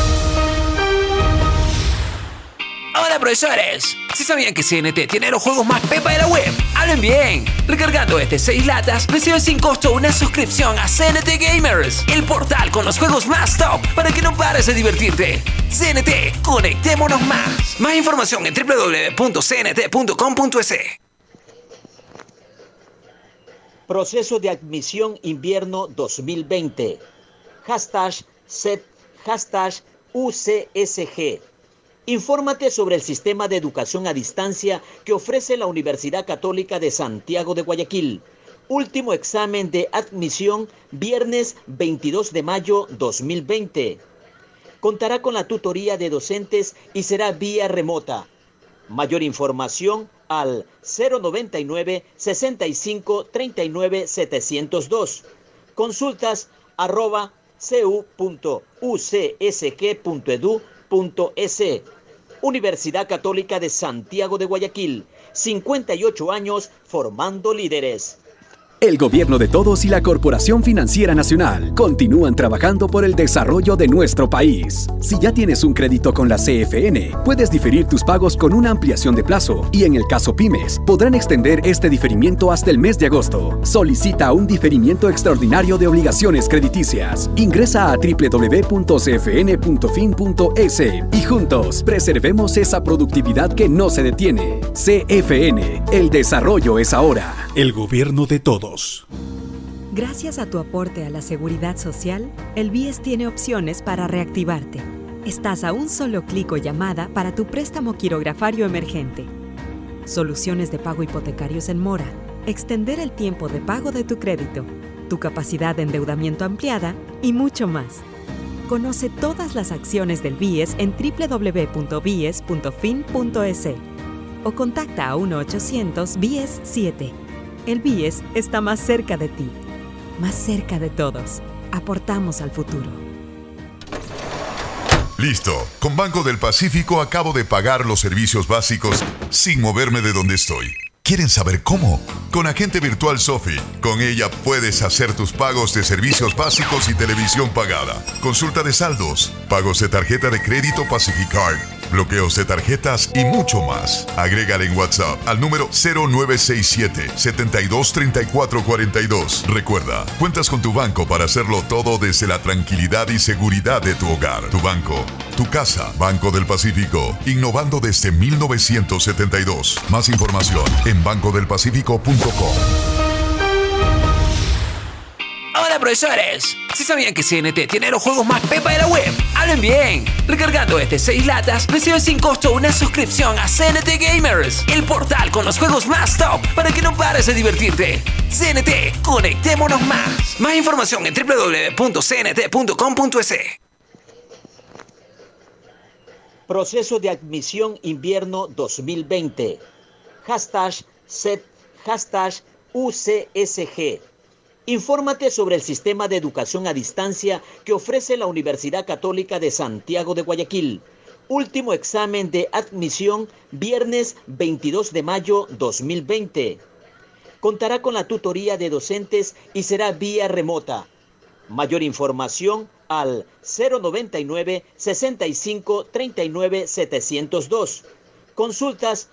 Hola, profesores. ¿Sí sabían que CNT tiene los juegos más pepa de la web? ¡Hablen bien! Recargando 6 latas, recibes sin costo una suscripción a CNT Gamers, el portal con los juegos más top para que no pares de divertirte. CNT, conectémonos más. Más información en www.cnt.com.es. Proceso de admisión invierno 2020. #set, #UCSG. Infórmate sobre el sistema de educación a distancia que ofrece la Universidad Católica de Santiago de Guayaquil. Último examen de admisión viernes 22 de mayo 2020. Contará con la tutoría de docentes y será vía remota. Mayor información al 099 65 39 702. Consultas @cu.ucsg.edu.es. Universidad Católica de Santiago de Guayaquil. 58 años formando líderes. El gobierno de todos y la Corporación Financiera Nacional continúan trabajando por el desarrollo de nuestro país. Si ya tienes un crédito con la CFN, puedes diferir tus pagos con una ampliación de plazo y en el caso pymes, podrán extender este diferimiento hasta el mes de agosto. Solicita un diferimiento extraordinario de obligaciones crediticias. Ingresa a www.cfn.fin.es y juntos preservemos esa productividad que no se detiene. CFN, el desarrollo es ahora. El gobierno de todos. Gracias a tu aporte a la seguridad social, el BIES tiene opciones para reactivarte. Estás a un solo clic o llamada para tu préstamo quirografario emergente. Soluciones de pago hipotecarios en mora, extender el tiempo de pago de tu crédito, tu capacidad de endeudamiento ampliada y mucho más. Conoce todas las acciones del BIES en www.bies.fin.es o contacta a 1-800-BIES-7. El BIES está más cerca de ti, más cerca de todos. Aportamos al futuro. Listo. Con Banco del Pacífico acabo de pagar los servicios básicos sin moverme de donde estoy. ¿Quieren saber cómo? Con Agente Virtual Sofi. Con ella puedes hacer tus pagos de servicios básicos y televisión pagada, consulta de saldos, pagos de tarjeta de crédito Pacificard, bloqueos de tarjetas y mucho más. Agrégale en WhatsApp al número 0967-723442. Recuerda, cuentas con tu banco para hacerlo todo desde la tranquilidad y seguridad de tu hogar. Tu banco, tu casa. Banco del Pacífico. Innovando desde 1972. Más información en bancodelpacifico.com. Hola, profesores. ¿Sí sabían que CNT tiene los juegos más pepa de la web? ¡Hablen bien! Recargando 6 latas, recibes sin costo una suscripción a CNT Gamers, el portal con los juegos más top para que no pares de divertirte. CNT, conectémonos más. Más información en www.cnt.com.es. Proceso de admisión invierno 2020. #set, #UCSG. Infórmate sobre el sistema de educación a distancia que ofrece la Universidad Católica de Santiago de Guayaquil. Último examen de admisión viernes 22 de mayo 2020. Contará con la tutoría de docentes y será vía remota. Mayor información al 099-6539-702. Consultas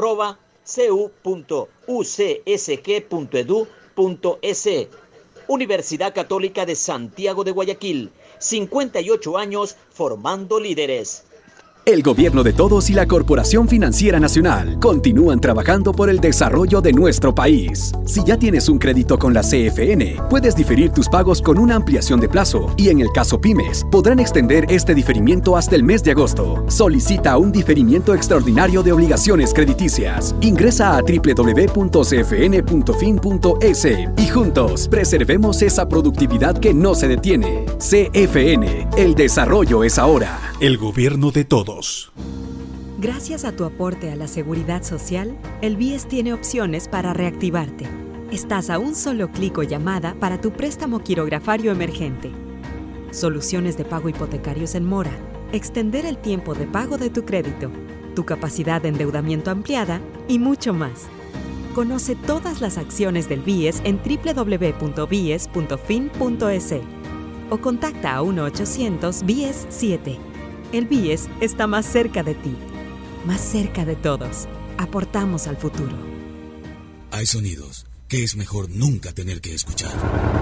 @cu.ucsq.edu.es. Universidad Católica de Santiago de Guayaquil. 58 años formando líderes. El gobierno de todos y la Corporación Financiera Nacional continúan trabajando por el desarrollo de nuestro país. Si ya tienes un crédito con la CFN, puedes diferir tus pagos con una ampliación de plazo y en el caso pymes, podrán extender este diferimiento hasta el mes de agosto. Solicita un diferimiento extraordinario de obligaciones crediticias. Ingresa a www.cfn.fin.es y juntos preservemos esa productividad que no se detiene. CFN, el desarrollo es ahora. El gobierno de todos. Gracias a tu aporte a la seguridad social, el BIES tiene opciones para reactivarte. Estás a un solo clic o llamada para tu préstamo quirografario emergente. Soluciones de pago hipotecarios en mora, extender el tiempo de pago de tu crédito, tu capacidad de endeudamiento ampliada y mucho más. Conoce todas las acciones del BIES en www.bies.fin.es o contacta a 1-800-BIES-7. El BIES está más cerca de ti, más cerca de todos. Aportamos al futuro. Hay sonidos que es mejor nunca tener que escuchar.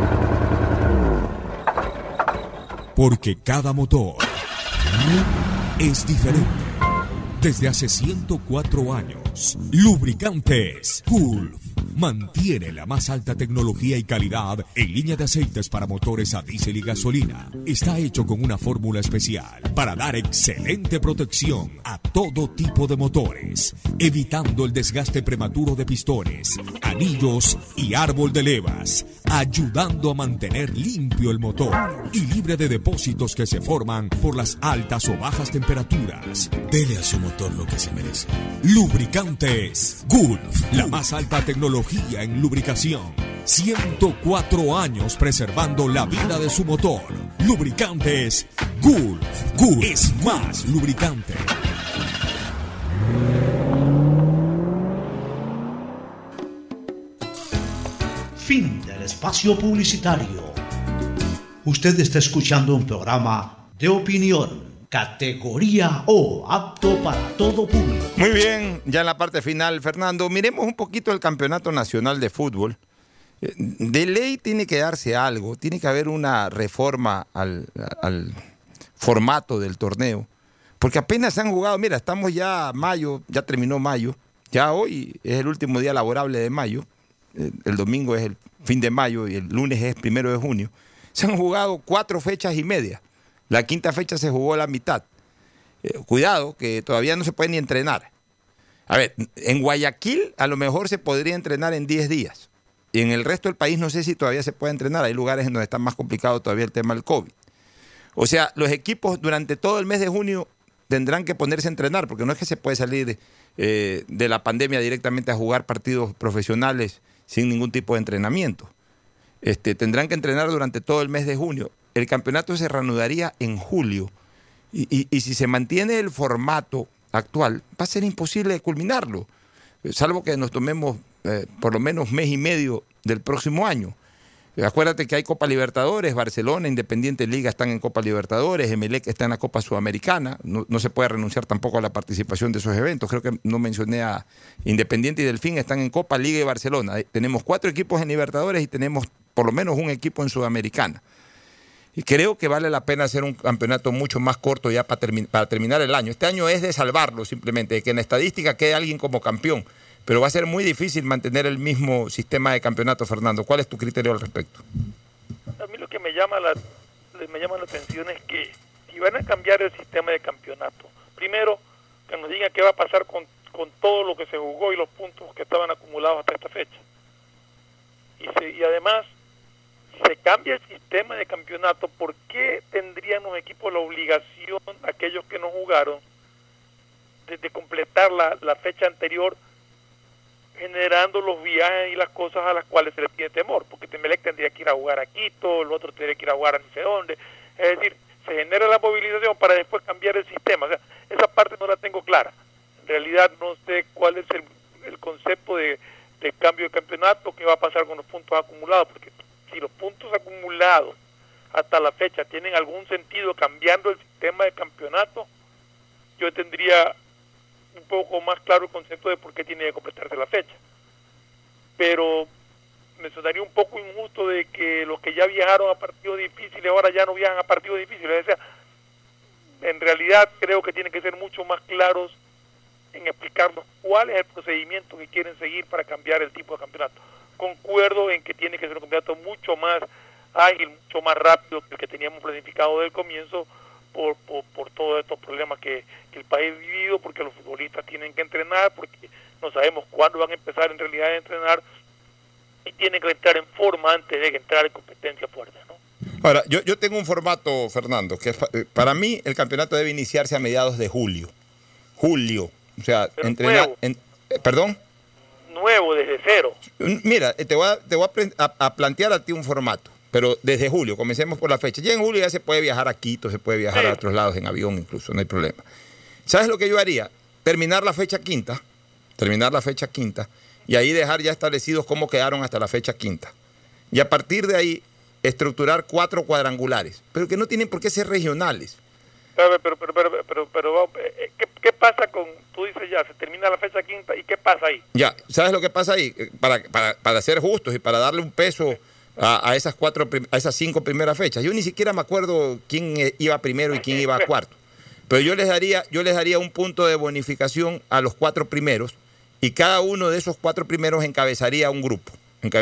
Porque cada motor es diferente. Desde hace 104 años, Lubricantes Gulf mantiene la más alta tecnología y calidad en línea de aceites para motores a diésel y gasolina. Está hecho con una fórmula especial para dar excelente protección a todo tipo de motores, evitando el desgaste prematuro de pistones, anillos y árbol de levas, ayudando a mantener limpio el motor y libre de depósitos que se forman por las altas o bajas temperaturas. Dele a su motor lo que se merece. Lubricantes Gulf, la más alta tecnología en lubricación. 104 años preservando la vida de su motor. Lubricantes Gulf. Gulf es más lubricante. Fin del espacio publicitario. Usted está escuchando un programa de opinión, categoría O, apto para todo público. Muy bien, ya en la parte final, Fernando, miremos un poquito el Campeonato Nacional de Fútbol. De ley tiene que darse algo, tiene que haber una reforma al formato del torneo, porque apenas se han jugado, mira, estamos ya mayo, ya terminó mayo, ya hoy es el último día laborable de mayo, el domingo es el fin de mayo y el lunes es 1 de junio. Se han jugado 4 fechas y media. La quinta fecha se jugó la mitad. Cuidado, que todavía no se puede ni entrenar. A ver, en Guayaquil a lo mejor se podría entrenar en 10 días. Y en el resto del país no sé si todavía se puede entrenar. Hay lugares en donde está más complicado todavía el tema del COVID. O sea, los equipos durante todo el mes de junio tendrán que ponerse a entrenar, porque no es que se puede salir de la pandemia directamente a jugar partidos profesionales sin ningún tipo de entrenamiento. Tendrán que entrenar durante todo el mes de junio. El campeonato se reanudaría en julio y si se mantiene el formato actual va a ser imposible culminarlo, salvo que nos tomemos por lo menos mes y medio del próximo año. Acuérdate que hay Copa Libertadores, Barcelona, Independiente Liga están en Copa Libertadores, Emelec está en la Copa Sudamericana, no se puede renunciar tampoco a la participación de esos eventos. Creo que no mencioné a Independiente y Delfín, están en Copa, Liga y Barcelona. Tenemos 4 equipos en Libertadores y tenemos por lo menos un equipo en Sudamericana. Y creo que vale la pena hacer un campeonato mucho más corto ya para terminar el año. Este año es de salvarlo simplemente, de que en la estadística quede alguien como campeón. Pero va a ser muy difícil mantener el mismo sistema de campeonato, Fernando. ¿Cuál es tu criterio al respecto? A mí lo que me llama la atención es que si van a cambiar el sistema de campeonato, primero que nos digan qué va a pasar con todo lo que se jugó y los puntos que estaban acumulados hasta esta fecha. Y además, se cambia el sistema de campeonato, ¿por qué tendrían los equipos la obligación, aquellos que no jugaron, de completar la fecha anterior, generando los viajes y las cosas a las cuales se les tiene temor? Porque Emelec tendría que ir a jugar a Quito, el otro tendría que ir a jugar a no sé dónde. Es decir, se genera la movilización para después cambiar el sistema. O sea, esa parte no la tengo clara. En realidad no sé cuál es el concepto de cambio de campeonato, qué va a pasar con los puntos acumulados, porque si los puntos acumulados hasta la fecha tienen algún sentido cambiando el sistema de campeonato, yo tendría un poco más claro el concepto de por qué tiene que completarse la fecha. Pero me sonaría un poco injusto de que los que ya viajaron a partidos difíciles ahora ya no viajan a partidos difíciles. O sea, en realidad creo que tienen que ser mucho más claros en explicarnos cuál es el procedimiento que quieren seguir para cambiar el tipo de campeonato. Concuerdo en que tiene que ser un campeonato mucho más ágil, mucho más rápido que el que teníamos planificado del comienzo por todos estos problemas que el país ha vivido, porque los futbolistas tienen que entrenar, porque no sabemos cuándo van a empezar en realidad a entrenar y tienen que entrar en forma antes de entrar en competencia fuerte, ¿no? Ahora, yo tengo un formato, Fernando, que para mí el campeonato debe iniciarse a mediados de julio. O sea, entrenar... ¿Perdón? Nuevo, desde cero. Mira, te voy a plantear a ti un formato, pero desde julio, comencemos por la fecha. Ya en julio ya se puede viajar a Quito, se puede viajar a otros lados en avión incluso, no hay problema. ¿Sabes lo que yo haría? Terminar la fecha quinta, y ahí dejar ya establecidos cómo quedaron hasta la fecha quinta. Y a partir de ahí, estructurar 4 cuadrangulares, pero que no tienen por qué ser regionales. Pero ¿qué pasa con, tú dices ya, se termina la fecha quinta, ¿y qué pasa ahí? Ya, ¿sabes lo que pasa ahí? Para ser justos y para darle un peso a esas 5 primeras fechas. Yo ni siquiera me acuerdo quién iba primero y quién iba a cuarto. Pero yo les daría un punto de bonificación a los 4 primeros, y cada uno de esos 4 primeros encabezaría un grupo.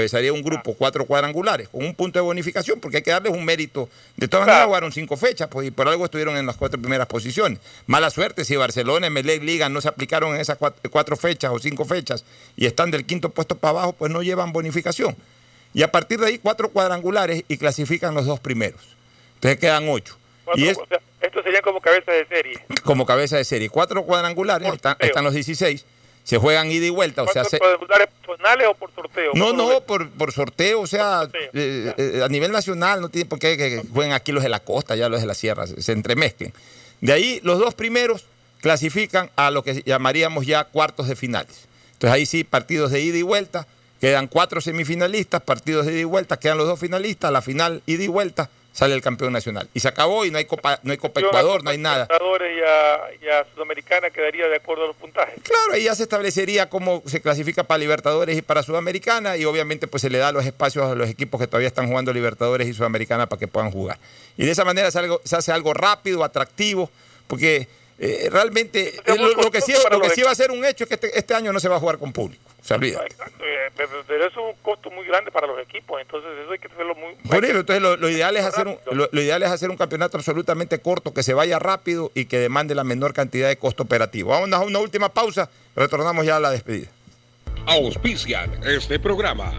4 cuadrangulares, con un punto de bonificación, porque hay que darles un mérito. De todas maneras, jugaron 5 fechas, pues, y por algo estuvieron en las 4 primeras posiciones. Mala suerte si Barcelona, Emelec, Liga no se aplicaron en esas 4 fechas o 5 fechas y están del 5º puesto para abajo, pues no llevan bonificación. Y a partir de ahí, 4 cuadrangulares y clasifican los 2 primeros. Entonces quedan 8. O sea, esto sería como cabeza de serie. Como cabeza de serie. 4 cuadrangulares, están los 16. Se juegan ida y vuelta. O sea, cuadrangulares personales o por sorteo? No, por sorteo. O sea, a nivel nacional no tiene por qué que jueguen aquí los de la costa, ya los de la sierra, se entremezclen. De ahí, los 2 primeros clasifican a lo que llamaríamos ya cuartos de finales. Entonces ahí sí, partidos de ida y vuelta, quedan 4 semifinalistas, partidos de ida y vuelta, quedan los 2 finalistas, la final ida y vuelta, sale el campeón nacional. Y se acabó y no hay Copa Ecuador, no hay nada. Y a Sudamericana quedaría de acuerdo a los puntajes. Claro, ahí ya se establecería cómo se clasifica para Libertadores y para Sudamericana, y obviamente pues se le da los espacios a los equipos que todavía están jugando Libertadores y Sudamericana para que puedan jugar. Y de esa manera se hace algo rápido, atractivo, porque realmente lo que sí va a ser un hecho es que este año no se va a jugar con público. Se olvida. Pero eso es un costo muy grande para los equipos, entonces eso hay que hacerlo muy... Por eso, entonces lo ideal es hacer un campeonato absolutamente corto, que se vaya rápido y que demande la menor cantidad de costo operativo. Vamos a una última pausa, retornamos ya a la despedida. Auspician este programa.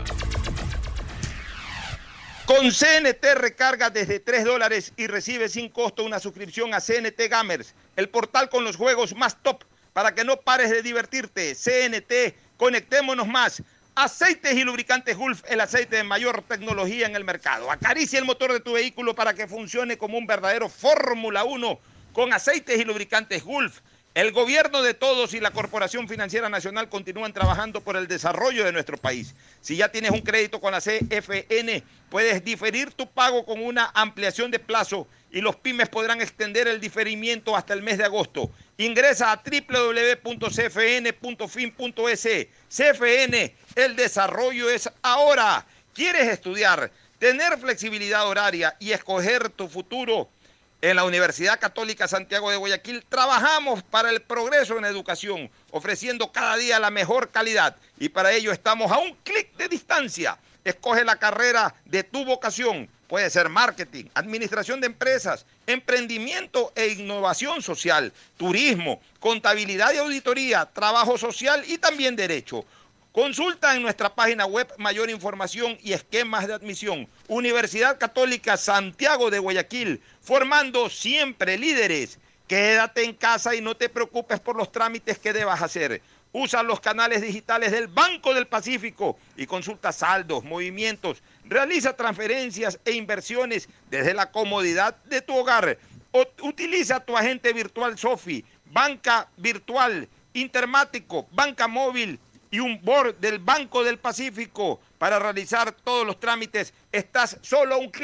Con CNT recarga desde $3 y recibe sin costo una suscripción a CNT Gamers, el portal con los juegos más top para que no pares de divertirte. CNT, conectémonos más. Aceites y lubricantes Gulf, el aceite de mayor tecnología en el mercado. Acaricia el motor de tu vehículo para que funcione como un verdadero Fórmula 1 con aceites y lubricantes Gulf. El gobierno de todos y la Corporación Financiera Nacional continúan trabajando por el desarrollo de nuestro país. Si ya tienes un crédito con la CFN, puedes diferir tu pago con una ampliación de plazo y los pymes podrán extender el diferimiento hasta el mes de agosto. Ingresa a www.cfn.fin.es. CFN, el desarrollo es ahora. ¿Quieres estudiar, tener flexibilidad horaria y escoger tu futuro? En la Universidad Católica Santiago de Guayaquil trabajamos para el progreso en educación, ofreciendo cada día la mejor calidad. Y para ello estamos a un clic de distancia. Escoge la carrera de tu vocación. Puede ser marketing, administración de empresas, emprendimiento e innovación social, turismo, contabilidad y auditoría, trabajo social y también derecho. Consulta en nuestra página web mayor información y esquemas de admisión. Universidad Católica Santiago de Guayaquil, formando siempre líderes. Quédate en casa y no te preocupes por los trámites que debas hacer. Usa los canales digitales del Banco del Pacífico y consulta saldos, movimientos, realiza transferencias e inversiones desde la comodidad de tu hogar. Utiliza tu agente virtual Sofi, banca virtual, Intermático, banca móvil y un board del Banco del Pacífico para realizar todos los trámites. Estás solo a un clic.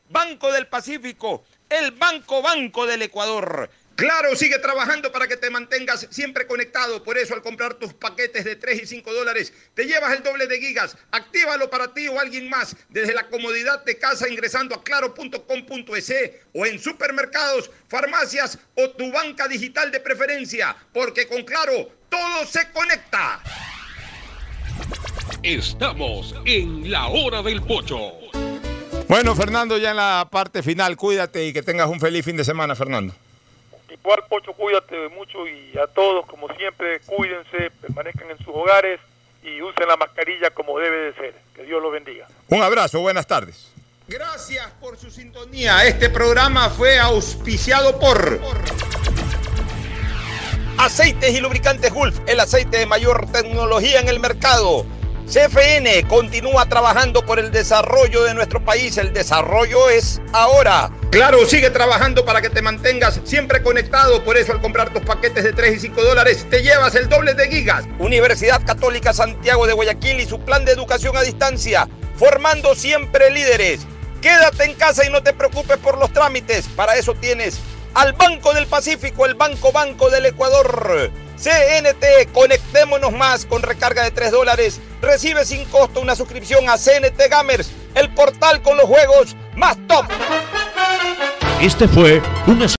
Banco del Pacífico, el Banco del Ecuador. Claro, sigue trabajando para que te mantengas siempre conectado. Por eso, al comprar tus paquetes de $3 y $5, te llevas el doble de gigas. Actívalo para ti o alguien más desde la comodidad de casa ingresando a claro.com.es o en supermercados, farmacias o tu banca digital de preferencia. Porque con Claro, todo se conecta. Estamos en la hora del pocho. Bueno, Fernando, ya en la parte final, cuídate y que tengas un feliz fin de semana, Fernando. Igual, Pocho, cuídate mucho y a todos, como siempre, cuídense, permanezcan en sus hogares y usen la mascarilla como debe de ser. Que Dios los bendiga. Un abrazo, buenas tardes. Gracias por su sintonía. Este programa fue auspiciado por Aceites y Lubricantes Gulf, el aceite de mayor tecnología en el mercado. CFN continúa trabajando por el desarrollo de nuestro país. El desarrollo es ahora. Claro, sigue trabajando para que te mantengas siempre conectado. Por eso, al comprar tus paquetes de $3 y $5, te llevas el doble de gigas. Universidad Católica Santiago de Guayaquil y su plan de educación a distancia, formando siempre líderes. Quédate en casa y no te preocupes por los trámites. Para eso tienes al Banco del Pacífico, el Banco del Ecuador. CNT, conectémonos más. Con recarga de $3, recibe sin costo una suscripción a CNT Gamers, el portal con los juegos más top. Este fue un